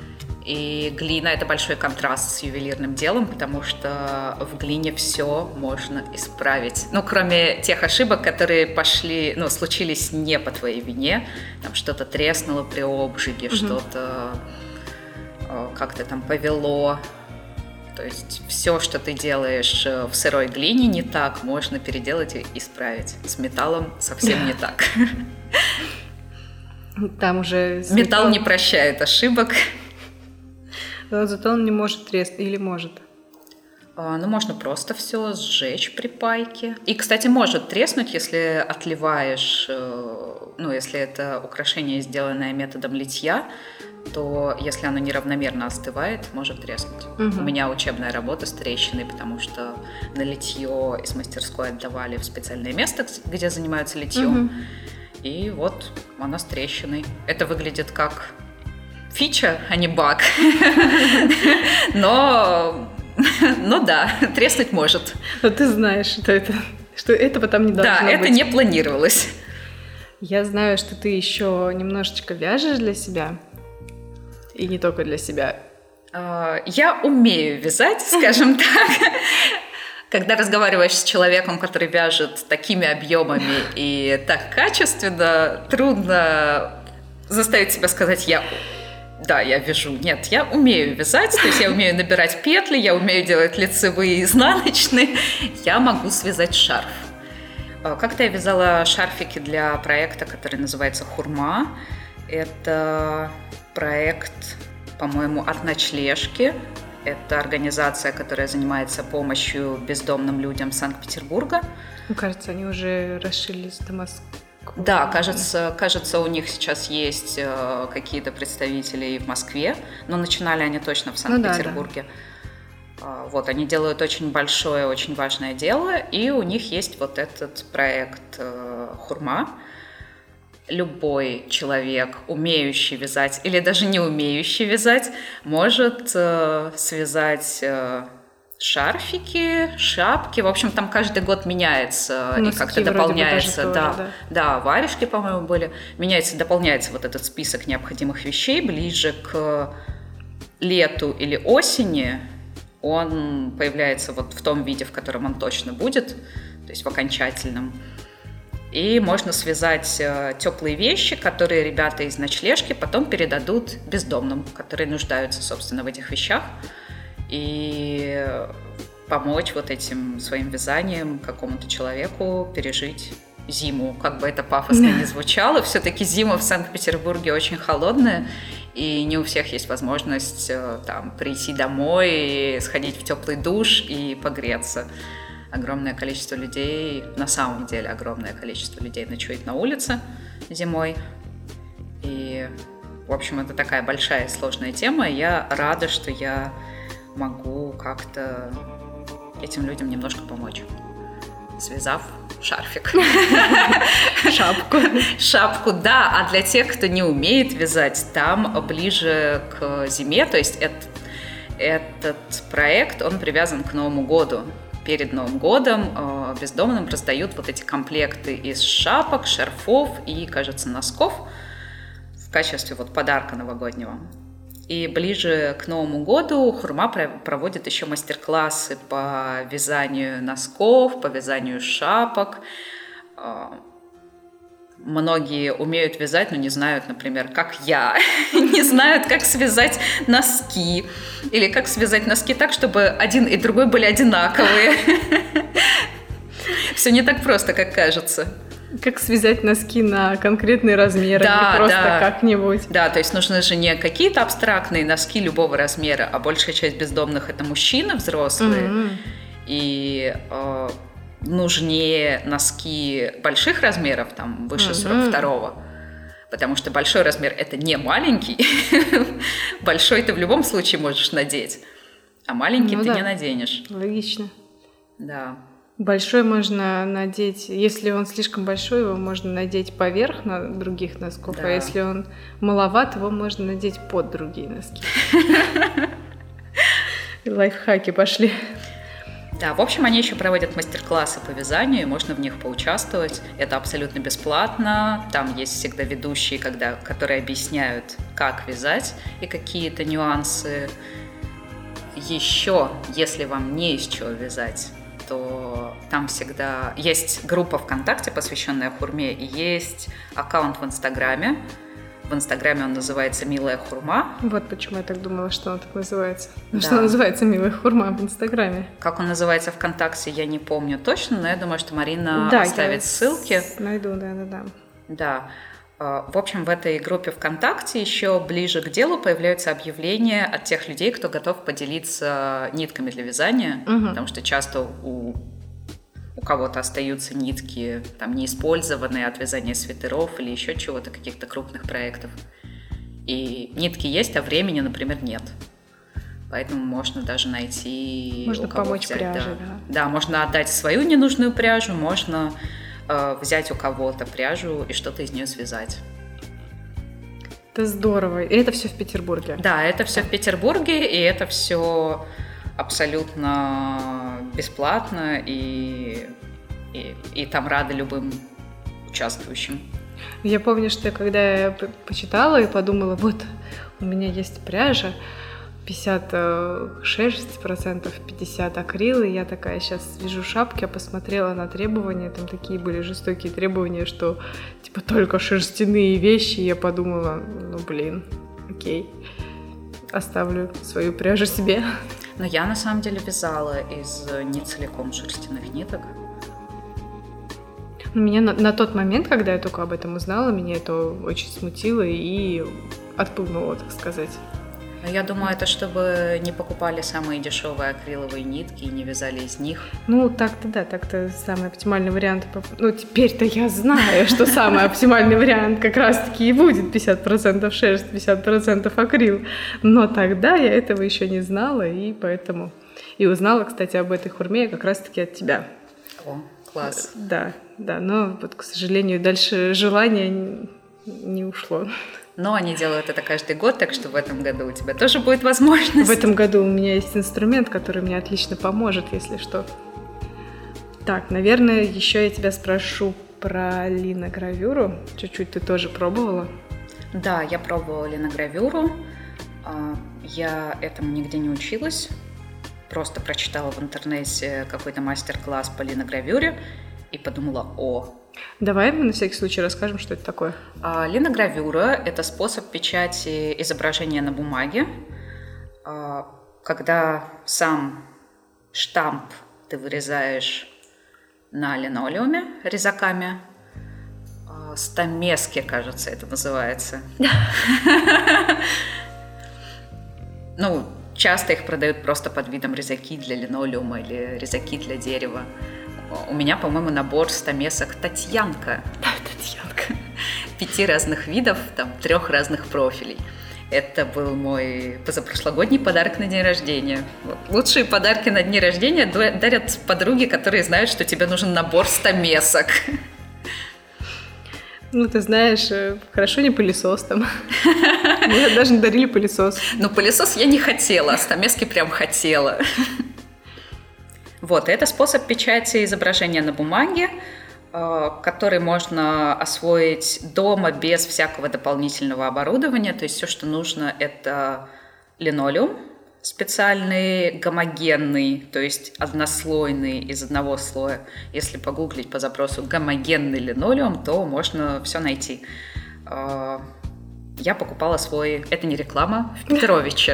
И глина – это большой контраст с ювелирным делом, потому что в глине все можно исправить. Ну, кроме тех ошибок, которые случились не по твоей вине. Там что-то треснуло при обжиге, что-то как-то там повело. То есть все, что ты делаешь в сырой глине не так, можно переделать и исправить. С металлом совсем не так. Там уже... Металл не прощает ошибок. Но зато он не может треснуть, или может? Можно просто все сжечь при пайке. И, кстати, может треснуть, если отливаешь, если это украшение, сделанное методом литья, то если оно неравномерно остывает, может треснуть. У меня учебная работа с трещиной, потому что на литье из мастерской отдавали в специальное место, где занимаются литьем. И вот она с трещиной. Это выглядит как... фича, а не баг. Но да, треснуть может. Но ты знаешь, что этого там не должно быть. Да, это не планировалось. Я знаю, что ты еще немножечко вяжешь для себя. И не только для себя. Я умею вязать, скажем так. Когда разговариваешь с человеком, который вяжет такими объемами и так качественно, трудно заставить себя сказать «я Да, я вяжу. Нет, я умею вязать, то есть я умею набирать петли, я умею делать лицевые и изнаночные, я могу связать шарф. Как-то я вязала шарфики для проекта, который называется «Хурма». Это проект, по-моему, от «Ночлежки». Это организация, которая занимается помощью бездомным людям Санкт-Петербурга. Мне кажется, они уже расширились до Москвы. Да, кажется, у них сейчас есть какие-то представители и в Москве, но начинали они точно в Санкт-Петербурге. Да. Вот, они делают очень большое, очень важное дело, и у них есть вот этот проект «Хурма». Любой человек, умеющий вязать или даже не умеющий вязать, может связать шарфики, шапки. В общем, там каждый год меняется и как-то дополняется. Да, варежки, по-моему, были. Меняется, дополняется вот этот список необходимых вещей. Ближе к лету или осени он появляется вот в том виде, в котором он точно будет, то есть в окончательном. И можно связать теплые вещи, которые ребята из ночлежки потом передадут бездомным, которые нуждаются, собственно, в этих вещах. И помочь вот этим своим вязанием какому-то человеку пережить зиму. Как бы это пафосно не звучало, все-таки зима в Санкт-Петербурге очень холодная, и не у всех есть возможность там прийти домой, сходить в теплый душ и погреться. Огромное количество людей, на самом деле огромное количество людей ночует на улице зимой. И, в общем, это такая большая и сложная тема. Я рада, что я могу как-то этим людям немножко помочь, связав шарфик. Шапку, да. А для тех, кто не умеет вязать, там ближе к зиме, то есть этот проект, он привязан к Новому году. Перед Новым годом бездомным раздают вот эти комплекты из шапок, шарфов и, кажется, носков в качестве вот подарка новогоднего. И ближе к Новому году Хурма проводит еще мастер-классы по вязанию носков, по вязанию шапок. Многие умеют вязать, но не знают, например, как я, не знают, как связать носки. Или как связать носки так, чтобы один и другой были одинаковые. Все не так просто, как кажется. Как связать носки на конкретный размер, да, или просто как-нибудь. Да, то есть нужны же не какие-то абстрактные носки любого размера, а большая часть бездомных – это мужчины взрослые. Mm-hmm. И нужнее носки больших размеров, там, выше 42-го. Потому что большой размер – это не маленький. Большой ты в любом случае можешь надеть, а маленький ты не наденешь. Логично. Да. Большой можно надеть, если он слишком большой, его можно надеть поверх на других носков, да. А если он маловат, его можно надеть под другие носки. Лайфхаки пошли. Да, в общем, они еще проводят мастер-классы по вязанию, можно в них поучаствовать. Это абсолютно бесплатно. Там есть всегда ведущие, которые объясняют, как вязать и какие-то нюансы. Еще, если вам не из чего вязать, то там всегда есть группа ВКонтакте, посвященная хурме, и есть аккаунт в Инстаграме. В Инстаграме он называется «Милая хурма». Вот почему я так думала, что он так называется. Да. Что он называется «Милая хурма» в Инстаграме. Как он называется ВКонтакте, я не помню точно, но я думаю, что Марина оставит ссылки. Найду, да. Да. В общем, в этой группе ВКонтакте еще ближе к делу появляются объявления от тех людей, кто готов поделиться нитками для вязания, потому что часто у кого-то остаются нитки там неиспользованные от вязания свитеров или еще чего-то, каких-то крупных проектов. И нитки есть, а времени, например, нет. Поэтому можно даже найти... Можно помочь взять, пряже, да. Да, можно отдать свою ненужную пряжу, можно взять у кого-то пряжу и что-то из нее связать. Это здорово. И это все в Петербурге? Да, это все в Петербурге, и это все абсолютно бесплатно, и там рады любым участвующим. Я помню, что когда я почитала и подумала, вот у меня есть пряжа, 50 шерсть процентов, 50 акрил, и я такая сейчас вяжу шапки, а посмотрела на требования, там такие были жестокие требования, что типа только шерстяные вещи, и я подумала, окей, оставлю свою пряжу себе. Но я на самом деле вязала из не целиком шерстяных ниток. Меня на тот момент, когда я только об этом узнала, меня это очень смутило и отпугнуло, так сказать. Но я думаю, это чтобы не покупали самые дешевые акриловые нитки и не вязали из них. Ну, так-то да, так-то самый оптимальный вариант. Ну, теперь-то я знаю, что самый оптимальный вариант как раз-таки и будет 50% шерсть, 50% акрил. Но тогда я этого еще не знала, и поэтому... И узнала, кстати, об этой хурме как раз-таки от тебя. О, класс. Да, но вот, к сожалению, дальше желание не ушло. Но они делают это каждый год, так что в этом году у тебя тоже будет возможность. В этом году у меня есть инструмент, который мне отлично поможет, если что. Так, наверное, еще я тебя спрошу про линогравюру. Чуть-чуть ты тоже пробовала? Да, я пробовала линогравюру. Я этому нигде не училась. Просто прочитала в интернете какой-то мастер-класс по линогравюре и подумала, Давай мы на всякий случай расскажем, что это такое. Линогравюра – это способ печати изображения на бумаге, когда сам штамп ты вырезаешь на линолеуме резаками. Стамески, кажется, это называется. Ну, часто их продают просто под видом резаки для линолеума или резаки для дерева. У меня, по-моему, набор стамесок «Татьянка». Да, Татьянка. 5 разных видов, 3 разных профилей. Это был мой позапрошлогодний подарок на день рождения. Вот. Лучшие подарки на дни рождения дарят подруги, которые знают, что тебе нужен набор стамесок. Ну, ты знаешь, хорошо не пылесос там. Мне даже не дарили пылесос. Ну, пылесос я не хотела, а стамески прям хотела. Вот, это способ печати изображения на бумаге, который можно освоить дома без всякого дополнительного оборудования. То есть все, что нужно, это линолеум специальный, гомогенный, то есть однослойный из одного слоя. Если погуглить по запросу «гомогенный линолеум», то можно все найти. Я покупала свой... Это не реклама, в Петровиче.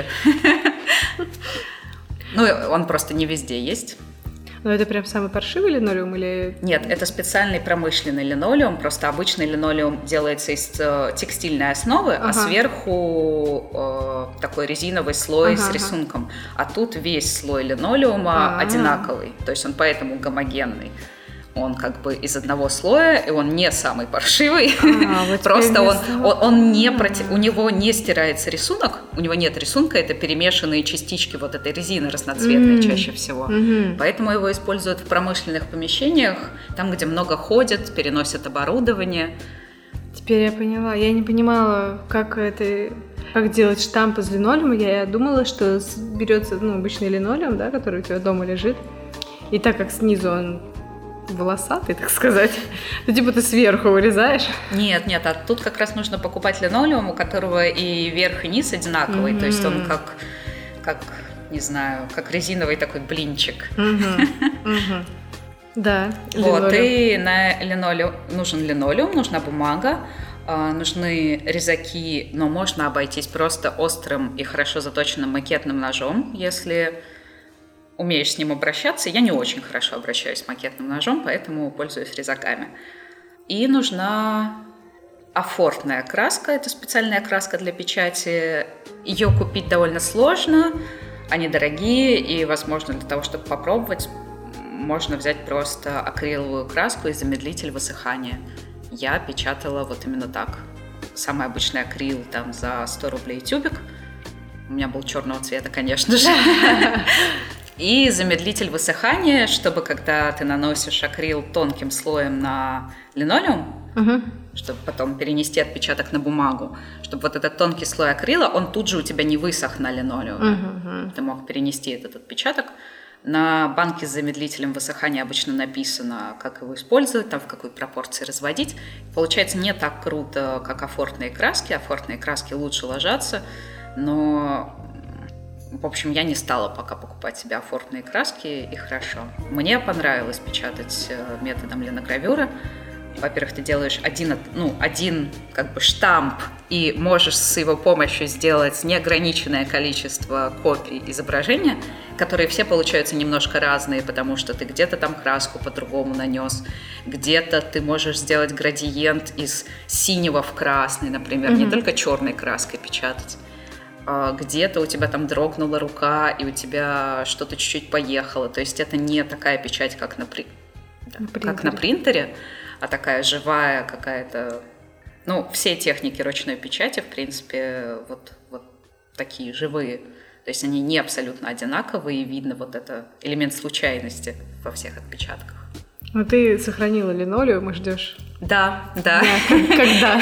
Ну, он просто не везде есть. Но это прям самый паршивый линолеум или... Нет, это специальный промышленный линолеум. Просто обычный линолеум делается из текстильной основы, а сверху такой резиновый слой с рисунком. А тут весь слой линолеума одинаковый. То есть он поэтому гомогенный. Он как бы из одного слоя, и он не самый паршивый. Вот просто он не у него не стирается рисунок, у него нет рисунка, это перемешанные частички вот этой резины разноцветной чаще всего. Поэтому его используют в промышленных помещениях, там, где много ходят, переносят оборудование. Теперь я поняла. Я не понимала, как делать штамп из линолеума. Я думала, что берется обычный линолеум, да, который у тебя дома лежит, и так как снизу он волосатый, так сказать. Ну, типа ты сверху вырезаешь? Нет, а тут как раз нужно покупать линолеум, у которого и верх, и низ одинаковый. То есть он как, не знаю, как резиновый такой блинчик. Да. Вот, и на линолеум нужен линолеум, нужна бумага, нужны резаки, но можно обойтись просто острым и хорошо заточенным макетным ножом, если умеешь с ним обращаться. Я не очень хорошо обращаюсь с макетным ножом, поэтому пользуюсь резаками. И нужна афортная краска. Это специальная краска для печати. Ее купить довольно сложно. Они дорогие, и, возможно, для того, чтобы попробовать, можно взять просто акриловую краску и замедлитель высыхания. Я печатала вот именно так. Самый обычный акрил там за 100 рублей тюбик. У меня был черного цвета, конечно же. И замедлитель высыхания, чтобы когда ты наносишь акрил тонким слоем на линолеум, чтобы потом перенести отпечаток на бумагу, чтобы вот этот тонкий слой акрила, он тут же у тебя не высох на линолеуме. Ты мог перенести этот отпечаток. На банке с замедлителем высыхания обычно написано, как его использовать, там в какой пропорции разводить. Получается не так круто, как афортные краски. Афортные краски лучше ложатся, но... В общем, я не стала пока покупать себе афортные краски, и хорошо. Мне понравилось печатать методом линогравюры. во-первых, ты делаешь один как бы штамп и можешь с его помощью сделать неограниченное количество копий изображения, которые все получаются немножко разные, потому что ты где-то там краску по-другому нанес, где-то ты можешь сделать градиент из синего в красный, например, не только черной краской печатать. Где-то у тебя там дрогнула рука, и у тебя что-то чуть-чуть поехало. То есть это не такая печать, как на принтере, а такая живая какая-то... Ну, все техники ручной печати, в принципе, вот такие живые. То есть они не абсолютно одинаковые, и видно вот это элемент случайности во всех отпечатках. Ну, ты сохранила линолеум и ждешь? Да. Когда?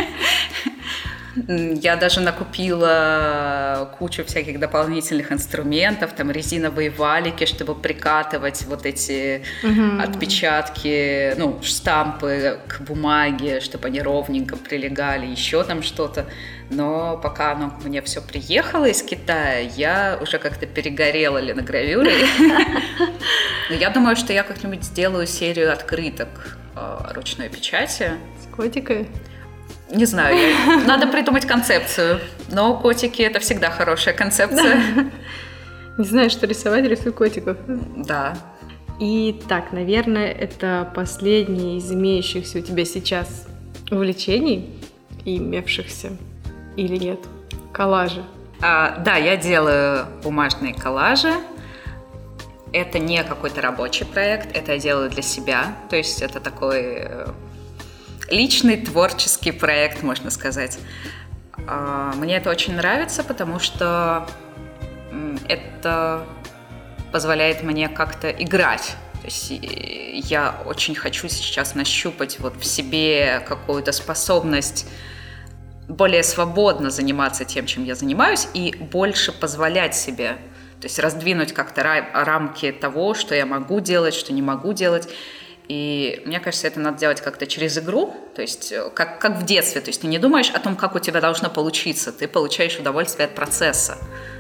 Я даже накупила кучу всяких дополнительных инструментов, там резиновые валики, чтобы прикатывать вот эти отпечатки, штампы к бумаге, чтобы они ровненько прилегали, еще там что-то. Но пока оно мне все приехало из Китая, я уже как-то перегорела линогравюрой. Но я думаю, что я как-нибудь сделаю серию открыток ручной печати. С котикой? Не знаю, надо придумать концепцию, но котики — это всегда хорошая концепция. Не знаю, что рисовать, рисуй котиков. Да. И так, наверное, это последнее из имеющихся у тебя сейчас увлечений, имевшихся или нет? Коллажи. Да, я делаю бумажные коллажи. Это не какой-то рабочий проект, это я делаю для себя, то есть это такой... личный творческий проект, можно сказать. Мне это очень нравится, потому что это позволяет мне как-то играть. То есть я очень хочу сейчас нащупать вот в себе какую-то способность более свободно заниматься тем, чем я занимаюсь, и больше позволять себе. То есть раздвинуть как-то рамки того, что я могу делать, что не могу делать. И мне кажется, это надо делать как-то через игру, то есть как в детстве. То есть ты не думаешь о том, как у тебя должно получиться, ты получаешь удовольствие от процесса.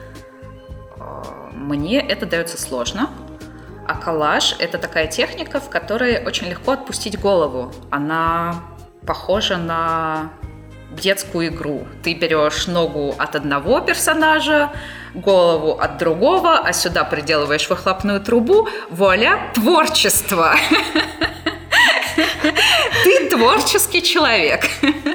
Мне это дается сложно, а коллаж — это такая техника, в которой очень легко отпустить голову. Она похожа на детскую игру. Ты берешь ногу от одного персонажа, голову от другого, а сюда приделываешь выхлопную трубу. Вуаля, творчество! Ты творческий человек.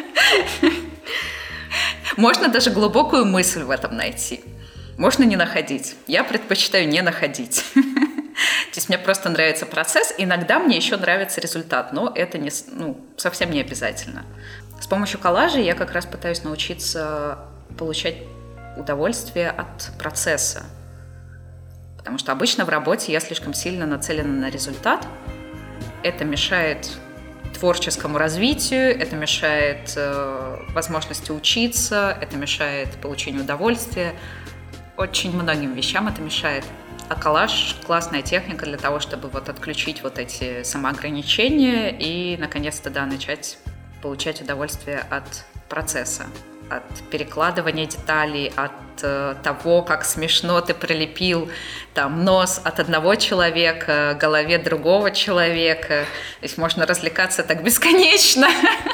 Можно даже глубокую мысль в этом найти. Можно не находить. Я предпочитаю не находить. То есть мне просто нравится процесс. Иногда мне еще нравится результат, но это совсем не обязательно. С помощью коллажей я как раз пытаюсь научиться получать удовольствие от процесса. Потому что обычно в работе я слишком сильно нацелена на результат. Это мешает творческому развитию, это мешает возможности учиться, это мешает получению удовольствия. Очень многим вещам это мешает. А коллаж — классная техника для того, чтобы отключить эти самоограничения и, наконец-то, начать получать удовольствие от процесса, от перекладывания деталей, от того, как смешно ты прилепил нос от одного человека к голове другого человека. То есть можно развлекаться так бесконечно.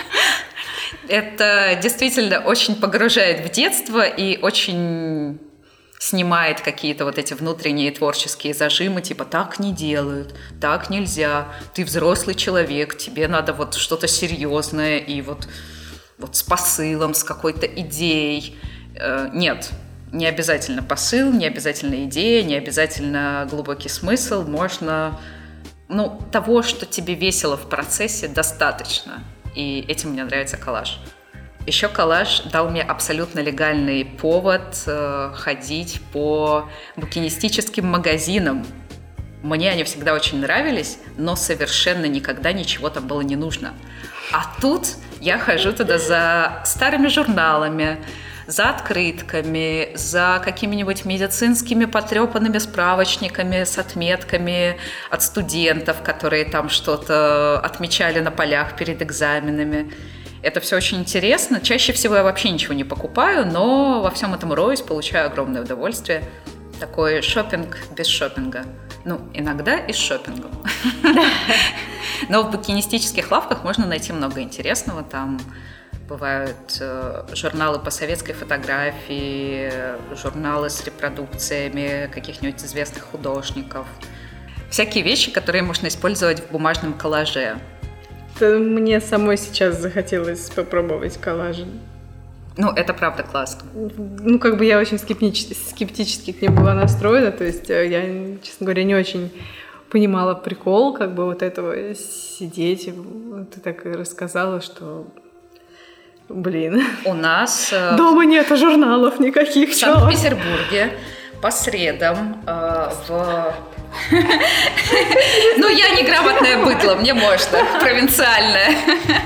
Это действительно очень погружает в детство и очень снимает какие-то эти внутренние творческие зажимы, типа так не делают, так нельзя, ты взрослый человек, тебе надо что-то серьезное и с посылом, с какой-то идеей. Нет, не обязательно посыл, не обязательно идея, не обязательно глубокий смысл. Можно, того, что тебе весело в процессе, достаточно. И этим мне нравится коллаж. Еще коллаж дал мне абсолютно легальный повод ходить по букинистическим магазинам. Мне они всегда очень нравились, но совершенно никогда ничего там было не нужно. А тут я хожу туда за старыми журналами, за открытками, за какими-нибудь медицинскими потрепанными справочниками с отметками от студентов, которые там что-то отмечали на полях перед экзаменами. Это все очень интересно. Чаще всего я вообще ничего не покупаю, но во всем этом роюсь, получаю огромное удовольствие. Такой шопинг без шопинга. Ну, иногда и с шопингом. Но в букинистических лавках можно найти много интересного. Там бывают журналы по советской фотографии, журналы с репродукциями каких-нибудь известных художников. Всякие вещи, которые можно использовать в бумажном коллаже. Мне самой сейчас захотелось попробовать коллажи. Ну, это правда классно. Ну, как бы я очень скептически к ним была настроена, то есть я, честно говоря, не очень понимала прикол, как бы вот этого сидеть. Ты так и рассказала, что, блин. У нас... Дома нет журналов никаких. В Санкт-Петербурге по средам в... Ну, я неграмотное быдло, мне можно, провинциальное.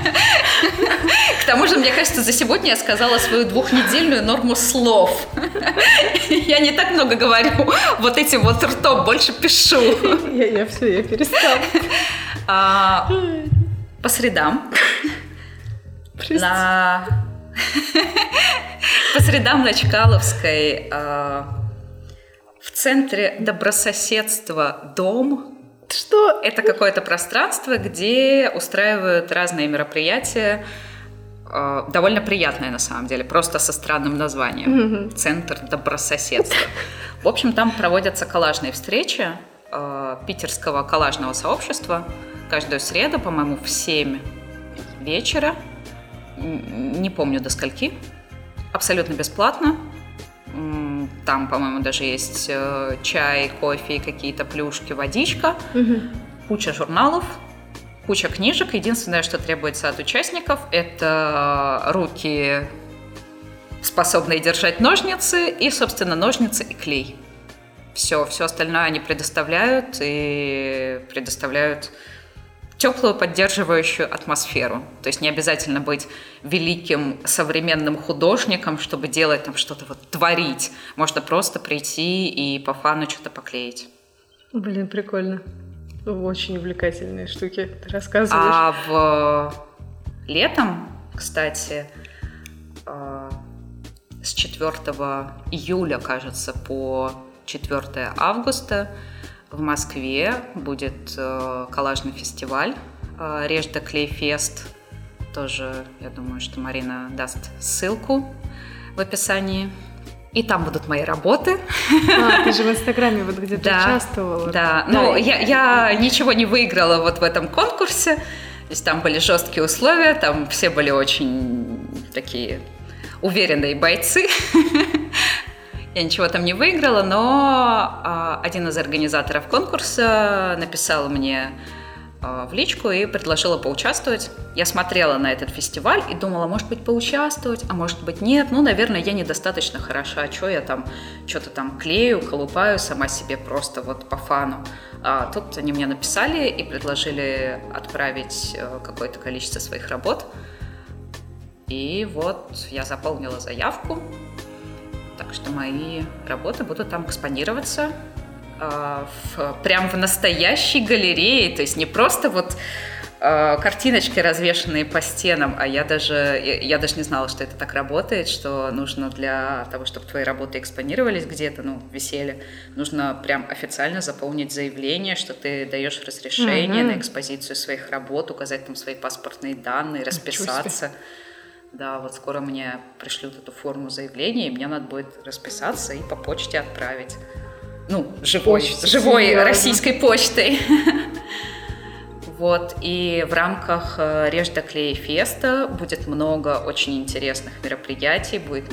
К тому же, мне кажется, за сегодня я сказала свою 2-недельную норму слов. Я не так много говорю, вот этим вот ртом больше пишу. Я перестала. По средам. По средам на Чкаловской в центре добрососедства «Дом». Что? Это какое-то пространство, где устраивают разные мероприятия, довольно приятное на самом деле, просто со странным названием. Центр добрососедства. В общем, там проводятся коллажные встречи питерского коллажного сообщества каждую среду, по-моему, в 7 вечера. Не помню до скольки. Абсолютно бесплатно. Там, по-моему, даже есть чай, кофе и какие-то плюшки, водичка, куча журналов, куча книжек. Единственное, что требуется от участников, это руки, способные держать ножницы, и, собственно, ножницы и клей. Все остальное они предоставляют, и предоставляют теплую, поддерживающую атмосферу. То есть не обязательно быть великим современным художником, чтобы делать там что-то, вот творить. Можно просто прийти и по фану что-то поклеить. Блин, прикольно. Очень увлекательные штуки ты рассказываешь. А летом, кстати, с 4 июля, кажется, по 4 августа в Москве будет коллажный фестиваль «Режда Клейфест». Тоже, я думаю, что Марина даст ссылку в описании. И там будут мои работы. Ты же в Инстаграме вот где-то участвовала. Да, но я ничего не выиграла вот в этом конкурсе. То есть там были жесткие условия, там все были очень такие уверенные бойцы. Я ничего там не выиграла, но один из организаторов конкурса написал мне в личку и предложила поучаствовать. Я смотрела на этот фестиваль и думала, может быть, поучаствовать, а может быть, нет. Ну, наверное, я недостаточно хороша. Что я там что-то там клею, колупаю сама себе просто вот по фану. А тут они мне написали и предложили отправить какое-то количество своих работ. И вот я заполнила заявку. Так что мои работы будут там экспонироваться прям в настоящей галерее. То есть не просто вот картиночки, развешанные по стенам, а я даже не знала, что это так работает, что нужно для того, чтобы твои работы экспонировались где-то, висели, нужно прям официально заполнить заявление, что ты даешь разрешение на экспозицию своих работ, указать там свои паспортные данные, расписаться. Да, вот скоро мне пришлют эту форму заявления, и мне надо будет расписаться и по почте отправить. Живой российской почтой. Вот, и в рамках Режда Клейфеста будет много очень интересных мероприятий, будут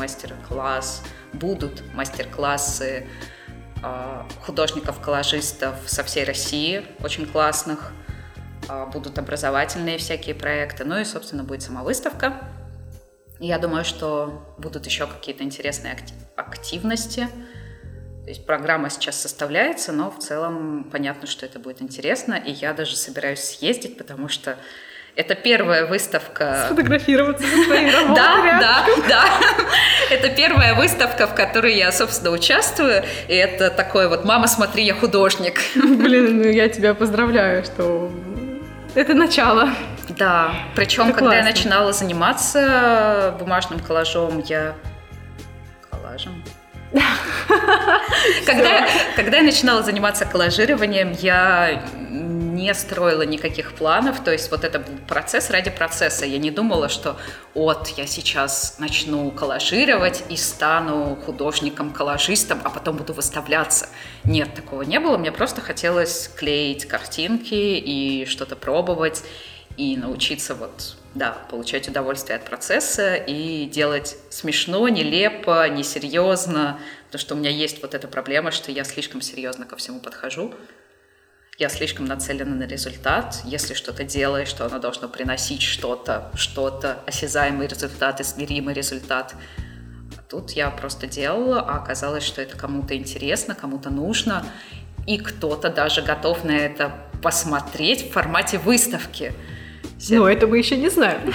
мастер-классы художников-коллажистов со всей России, очень классных, будут образовательные всякие проекты, и, собственно, будет сама выставка. Я думаю, что будут еще какие-то интересные активности. То есть программа сейчас составляется, но в целом понятно, что это будет интересно. И я даже собираюсь съездить, потому что это первая выставка... Сфотографироваться со своей работой. Да. Это первая выставка, в которой я, собственно, участвую. И это такой вот «Мама, смотри, я художник». Блин, я тебя поздравляю, что... Это начало. Да, причем, когда я начинала заниматься бумажным коллажом, Когда я начинала заниматься коллажированием, я не строила никаких планов, то есть вот это был процесс ради процесса. Я не думала, что я сейчас начну коллажировать и стану художником-коллажистом, а потом буду выставляться. Нет, такого не было. Мне просто хотелось клеить картинки и что-то пробовать, и научиться получать удовольствие от процесса и делать смешно, нелепо, несерьезно, потому что у меня есть вот эта проблема, что я слишком серьезно ко всему подхожу. Я слишком нацелена на результат. Если что-то делаешь, что оно должно приносить что-то, осязаемый результат, измеримый результат. А тут я просто делала, а оказалось, что это кому-то интересно, кому-то нужно, и кто-то даже готов на это посмотреть в формате выставки. Но это мы еще не знаем.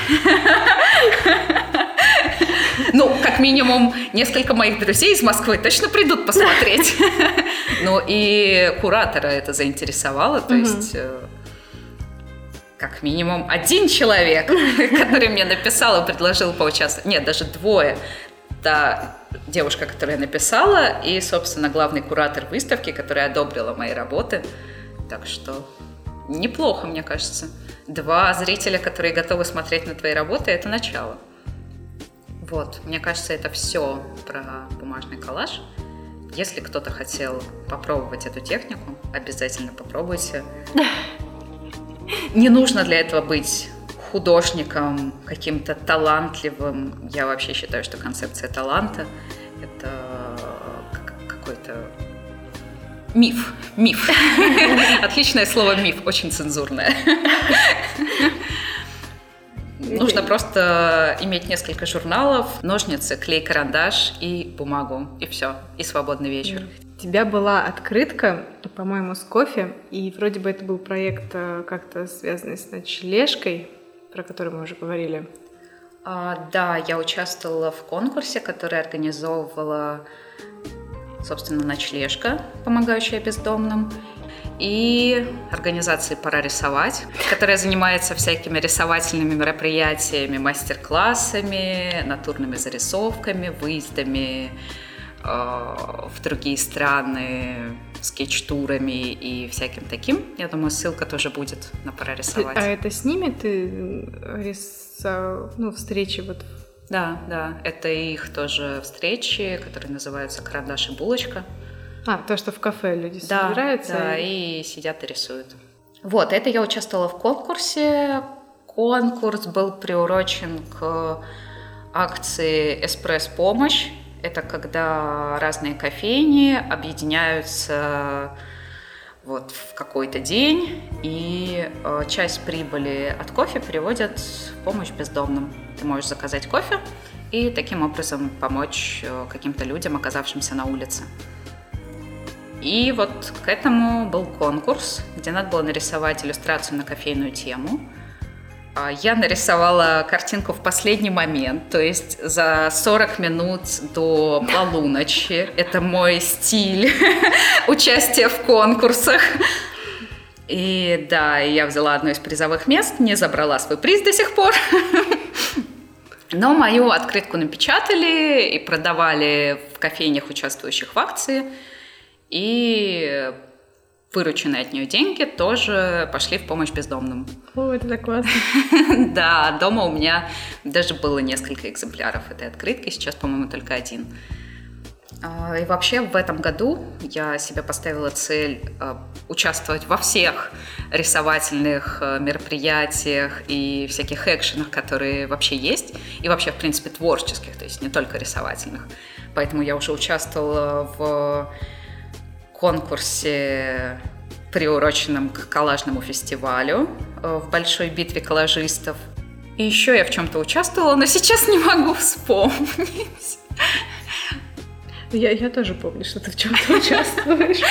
Как минимум, несколько моих друзей из Москвы точно придут посмотреть. И куратора это заинтересовало, то есть как минимум один человек, который мне написал и предложил поучаствовать. Нет, даже двое. Та девушка, которая написала, и, собственно, главный куратор выставки, которая одобрила мои работы. Так что неплохо, мне кажется. 2 зрителя, которые готовы смотреть на твои работы, это начало. Мне кажется, это все про бумажный коллаж. Если кто-то хотел попробовать эту технику, обязательно попробуйте. Не нужно для этого быть художником, каким-то талантливым. Я вообще считаю, что концепция таланта – это какой-то миф. Отличное слово «миф», очень цензурное. Нужно просто иметь несколько журналов, ножницы, клей, карандаш и бумагу, и все, и свободный вечер. У тебя была открытка, по-моему, с кофе, и вроде бы это был проект как-то связанный с ночлежкой, про который мы уже говорили. Да, я участвовала в конкурсе, который организовывала, собственно, ночлежка, помогающая бездомным, и организации «Пора рисовать», которая занимается всякими рисовательными мероприятиями, мастер-классами, натурными зарисовками, выездами в другие страны, скетч-турами и всяким таким. Я думаю, ссылка тоже будет на «Пора рисовать». А это с ними ты встречи Да, это их тоже встречи, которые называются «Карандаш и булочка». То, что в кафе люди собираются. Да, и сидят и рисуют. Это я участвовала в конкурсе. Конкурс был приурочен к акции «Эспресс-помощь». Это когда разные кофейни объединяются в какой-то день, и часть прибыли от кофе переводят в помощь бездомным. Ты можешь заказать кофе и таким образом помочь каким-то людям, оказавшимся на улице. И к этому был конкурс, где надо было нарисовать иллюстрацию на кофейную тему. Я нарисовала картинку в последний момент, то есть за 40 минут до полуночи. Это мой стиль участия в конкурсах. И да, я взяла одно из призовых мест, не забрала свой приз до сих пор. Но мою открытку напечатали и продавали в кофейнях, участвующих в акции. И вырученные от нее деньги тоже пошли в помощь бездомным. Это так классно. Да, дома у меня даже было несколько экземпляров этой открытки, сейчас, по-моему, только 1. И вообще в этом году я себе поставила цель участвовать во всех рисовательных мероприятиях и всяких экшенах, которые вообще есть, и вообще, в принципе, творческих, то есть не только рисовательных. Поэтому я уже участвовала в конкурсе, приуроченном к коллажному фестивалю в большой битве коллажистов. И еще я в чем-то участвовала, но сейчас не могу вспомнить. Я тоже помню, что ты в чем-то участвуешь.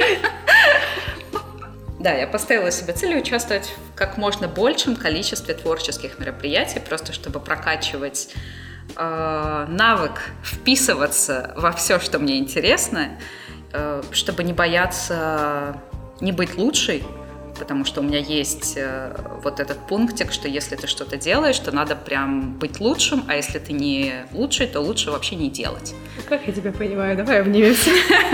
Да, я поставила себе цель участвовать в как можно большем количестве творческих мероприятий, просто чтобы прокачивать навык вписываться во все, что мне интересно, чтобы не бояться не быть лучшей, потому что у меня есть вот этот пунктик, что если ты что-то делаешь, то надо прям быть лучшим, а если ты не лучший, то лучше вообще не делать. Как я тебя понимаю, давай обнимемся.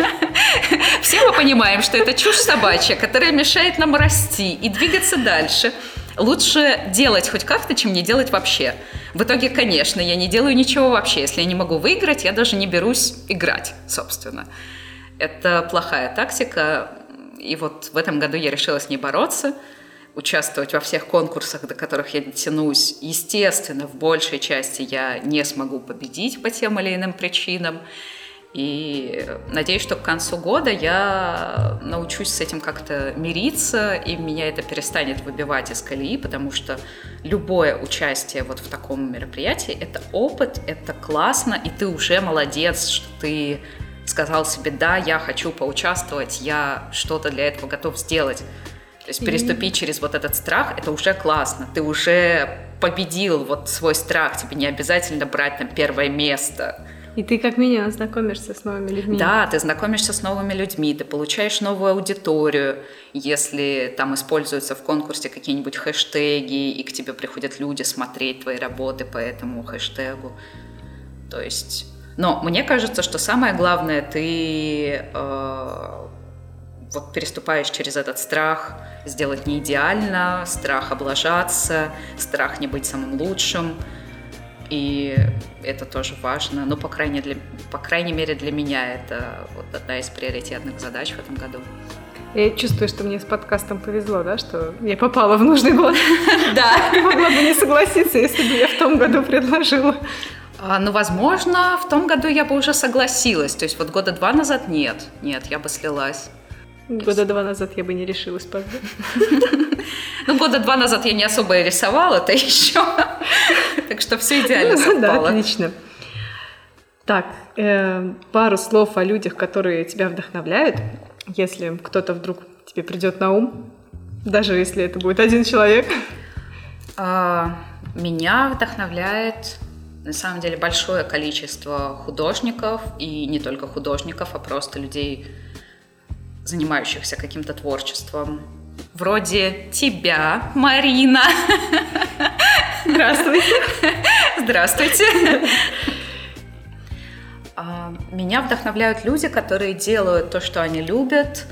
Все мы понимаем, что это чушь собачья, которая мешает нам расти и двигаться дальше. Лучше делать хоть как-то, чем не делать вообще. В итоге, конечно, я не делаю ничего вообще. Если я не могу выиграть, я даже не берусь играть, собственно. Это плохая тактика. И вот в этом году я решила с ней бороться, участвовать во всех конкурсах, до которых я тянусь. Естественно, в большей части я не смогу победить по тем или иным причинам. И надеюсь, что к концу года я научусь с этим как-то мириться, и меня это перестанет выбивать из колеи, потому что любое участие вот в таком мероприятии – это опыт, это классно, и ты уже молодец, что ты сказал себе: да, я хочу поучаствовать, я что-то для этого готов сделать. То есть переступить через вот этот страх – это уже классно, ты уже победил вот свой страх, тебе не обязательно брать там первое место. И ты как минимум знакомишься с новыми людьми. Да, ты знакомишься с новыми людьми, ты получаешь новую аудиторию, если там используются в конкурсе какие-нибудь хэштеги, и к тебе приходят люди смотреть твои работы по этому хэштегу. То есть, но мне кажется, что самое главное, ты вот переступаешь через этот страх сделать не идеально, страх облажаться, страх не быть самым лучшим. И это тоже важно. Ну, по крайней мере, для меня это вот одна из приоритетных задач в этом году. Я чувствую, что мне с подкастом повезло, да, что я попала в нужный год. Да. Не могла бы не согласиться, если бы я в том году предложила. Ну, возможно, в том году я бы уже согласилась. То есть вот года 2 назад нет, я бы слилась. Года 2 назад я бы не решилась, правда. Ну, года 2 назад я не особо и рисовала-то еще. Так что все идеально совпало. Да, отлично. Так, пару слов о людях, которые тебя вдохновляют. Если кто-то вдруг тебе придет на ум, даже если это будет один человек. Меня вдохновляет, на самом деле, большое количество художников. И не только художников, а просто людей, занимающихся каким-то творчеством. Вроде тебя, Марина. Здравствуйте. Здравствуйте. Меня вдохновляют люди, которые делают то, что они любят,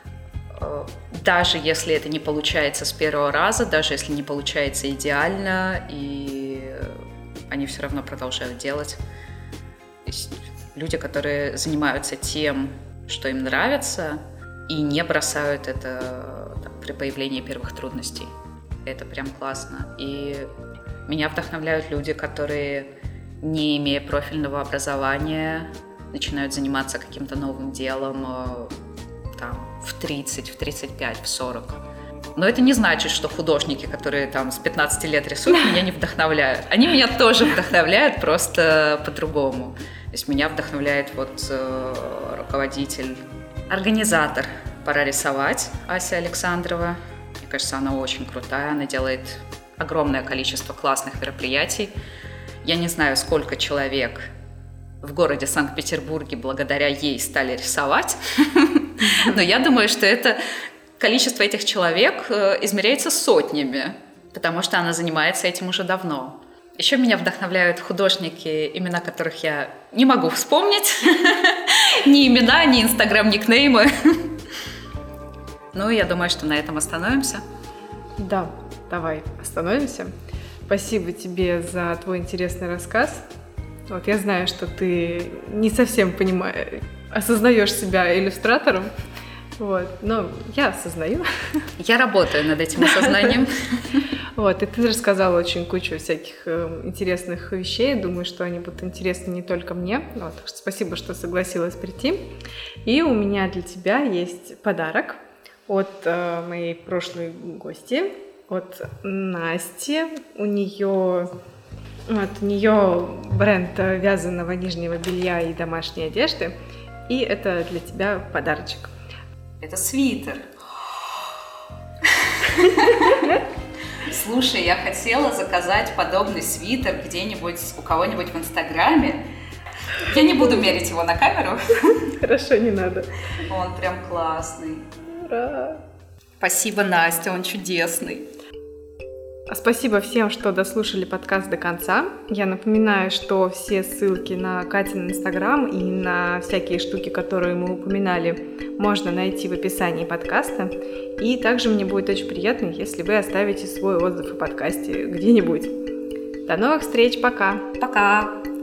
даже если это не получается с первого раза, даже если не получается идеально, и они все равно продолжают делать. То есть люди, которые занимаются тем, что им нравится, и не бросают это там, при появлении первых трудностей. Это прям классно. И меня вдохновляют люди, которые, не имея профильного образования, начинают заниматься каким-то новым делом там, в 30, в 35, в 40. Но это не значит, что художники, которые там с 15 лет рисуют, меня не вдохновляют. Они меня тоже вдохновляют, просто по-другому. То есть меня вдохновляет вот руководитель, организатор «Пора рисовать» Ася Александрова. Мне кажется, она очень крутая, она делает огромное количество классных мероприятий. Я не знаю, сколько человек в городе Санкт-Петербурге благодаря ей стали рисовать, но я думаю, что это количество этих человек измеряется сотнями, потому что она занимается этим уже давно. Еще меня вдохновляют художники, имена которых я не могу вспомнить. Ни имена, ни инстаграм-никнеймы. Ну, я думаю, что на этом остановимся. Да, давай остановимся. Спасибо тебе за твой интересный рассказ. Вот я знаю, что ты не совсем осознаешь себя иллюстратором. Вот, но я осознаю. Я работаю над этим осознанием. Вот, и ты рассказала очень кучу всяких интересных вещей. Думаю, что они будут интересны не только мне. Вот, так что спасибо, что согласилась прийти. И у меня для тебя есть подарок от моей прошлой гости, от Насти. У нее бренд вязаного нижнего белья и домашней одежды. И это для тебя подарочек. Это свитер. Слушай, я хотела заказать подобный свитер где-нибудь у кого-нибудь в Инстаграме. Я не буду мерить его на камеру. Хорошо, не надо. Он прям классный. Ура! Спасибо, Настя, он чудесный. Спасибо всем, что дослушали подкаст до конца. Я напоминаю, что все ссылки на Катин Инстаграм и на всякие штуки, которые мы упоминали, можно найти в описании подкаста. И также мне будет очень приятно, если вы оставите свой отзыв о подкасте где-нибудь. До новых встреч, пока! Пока!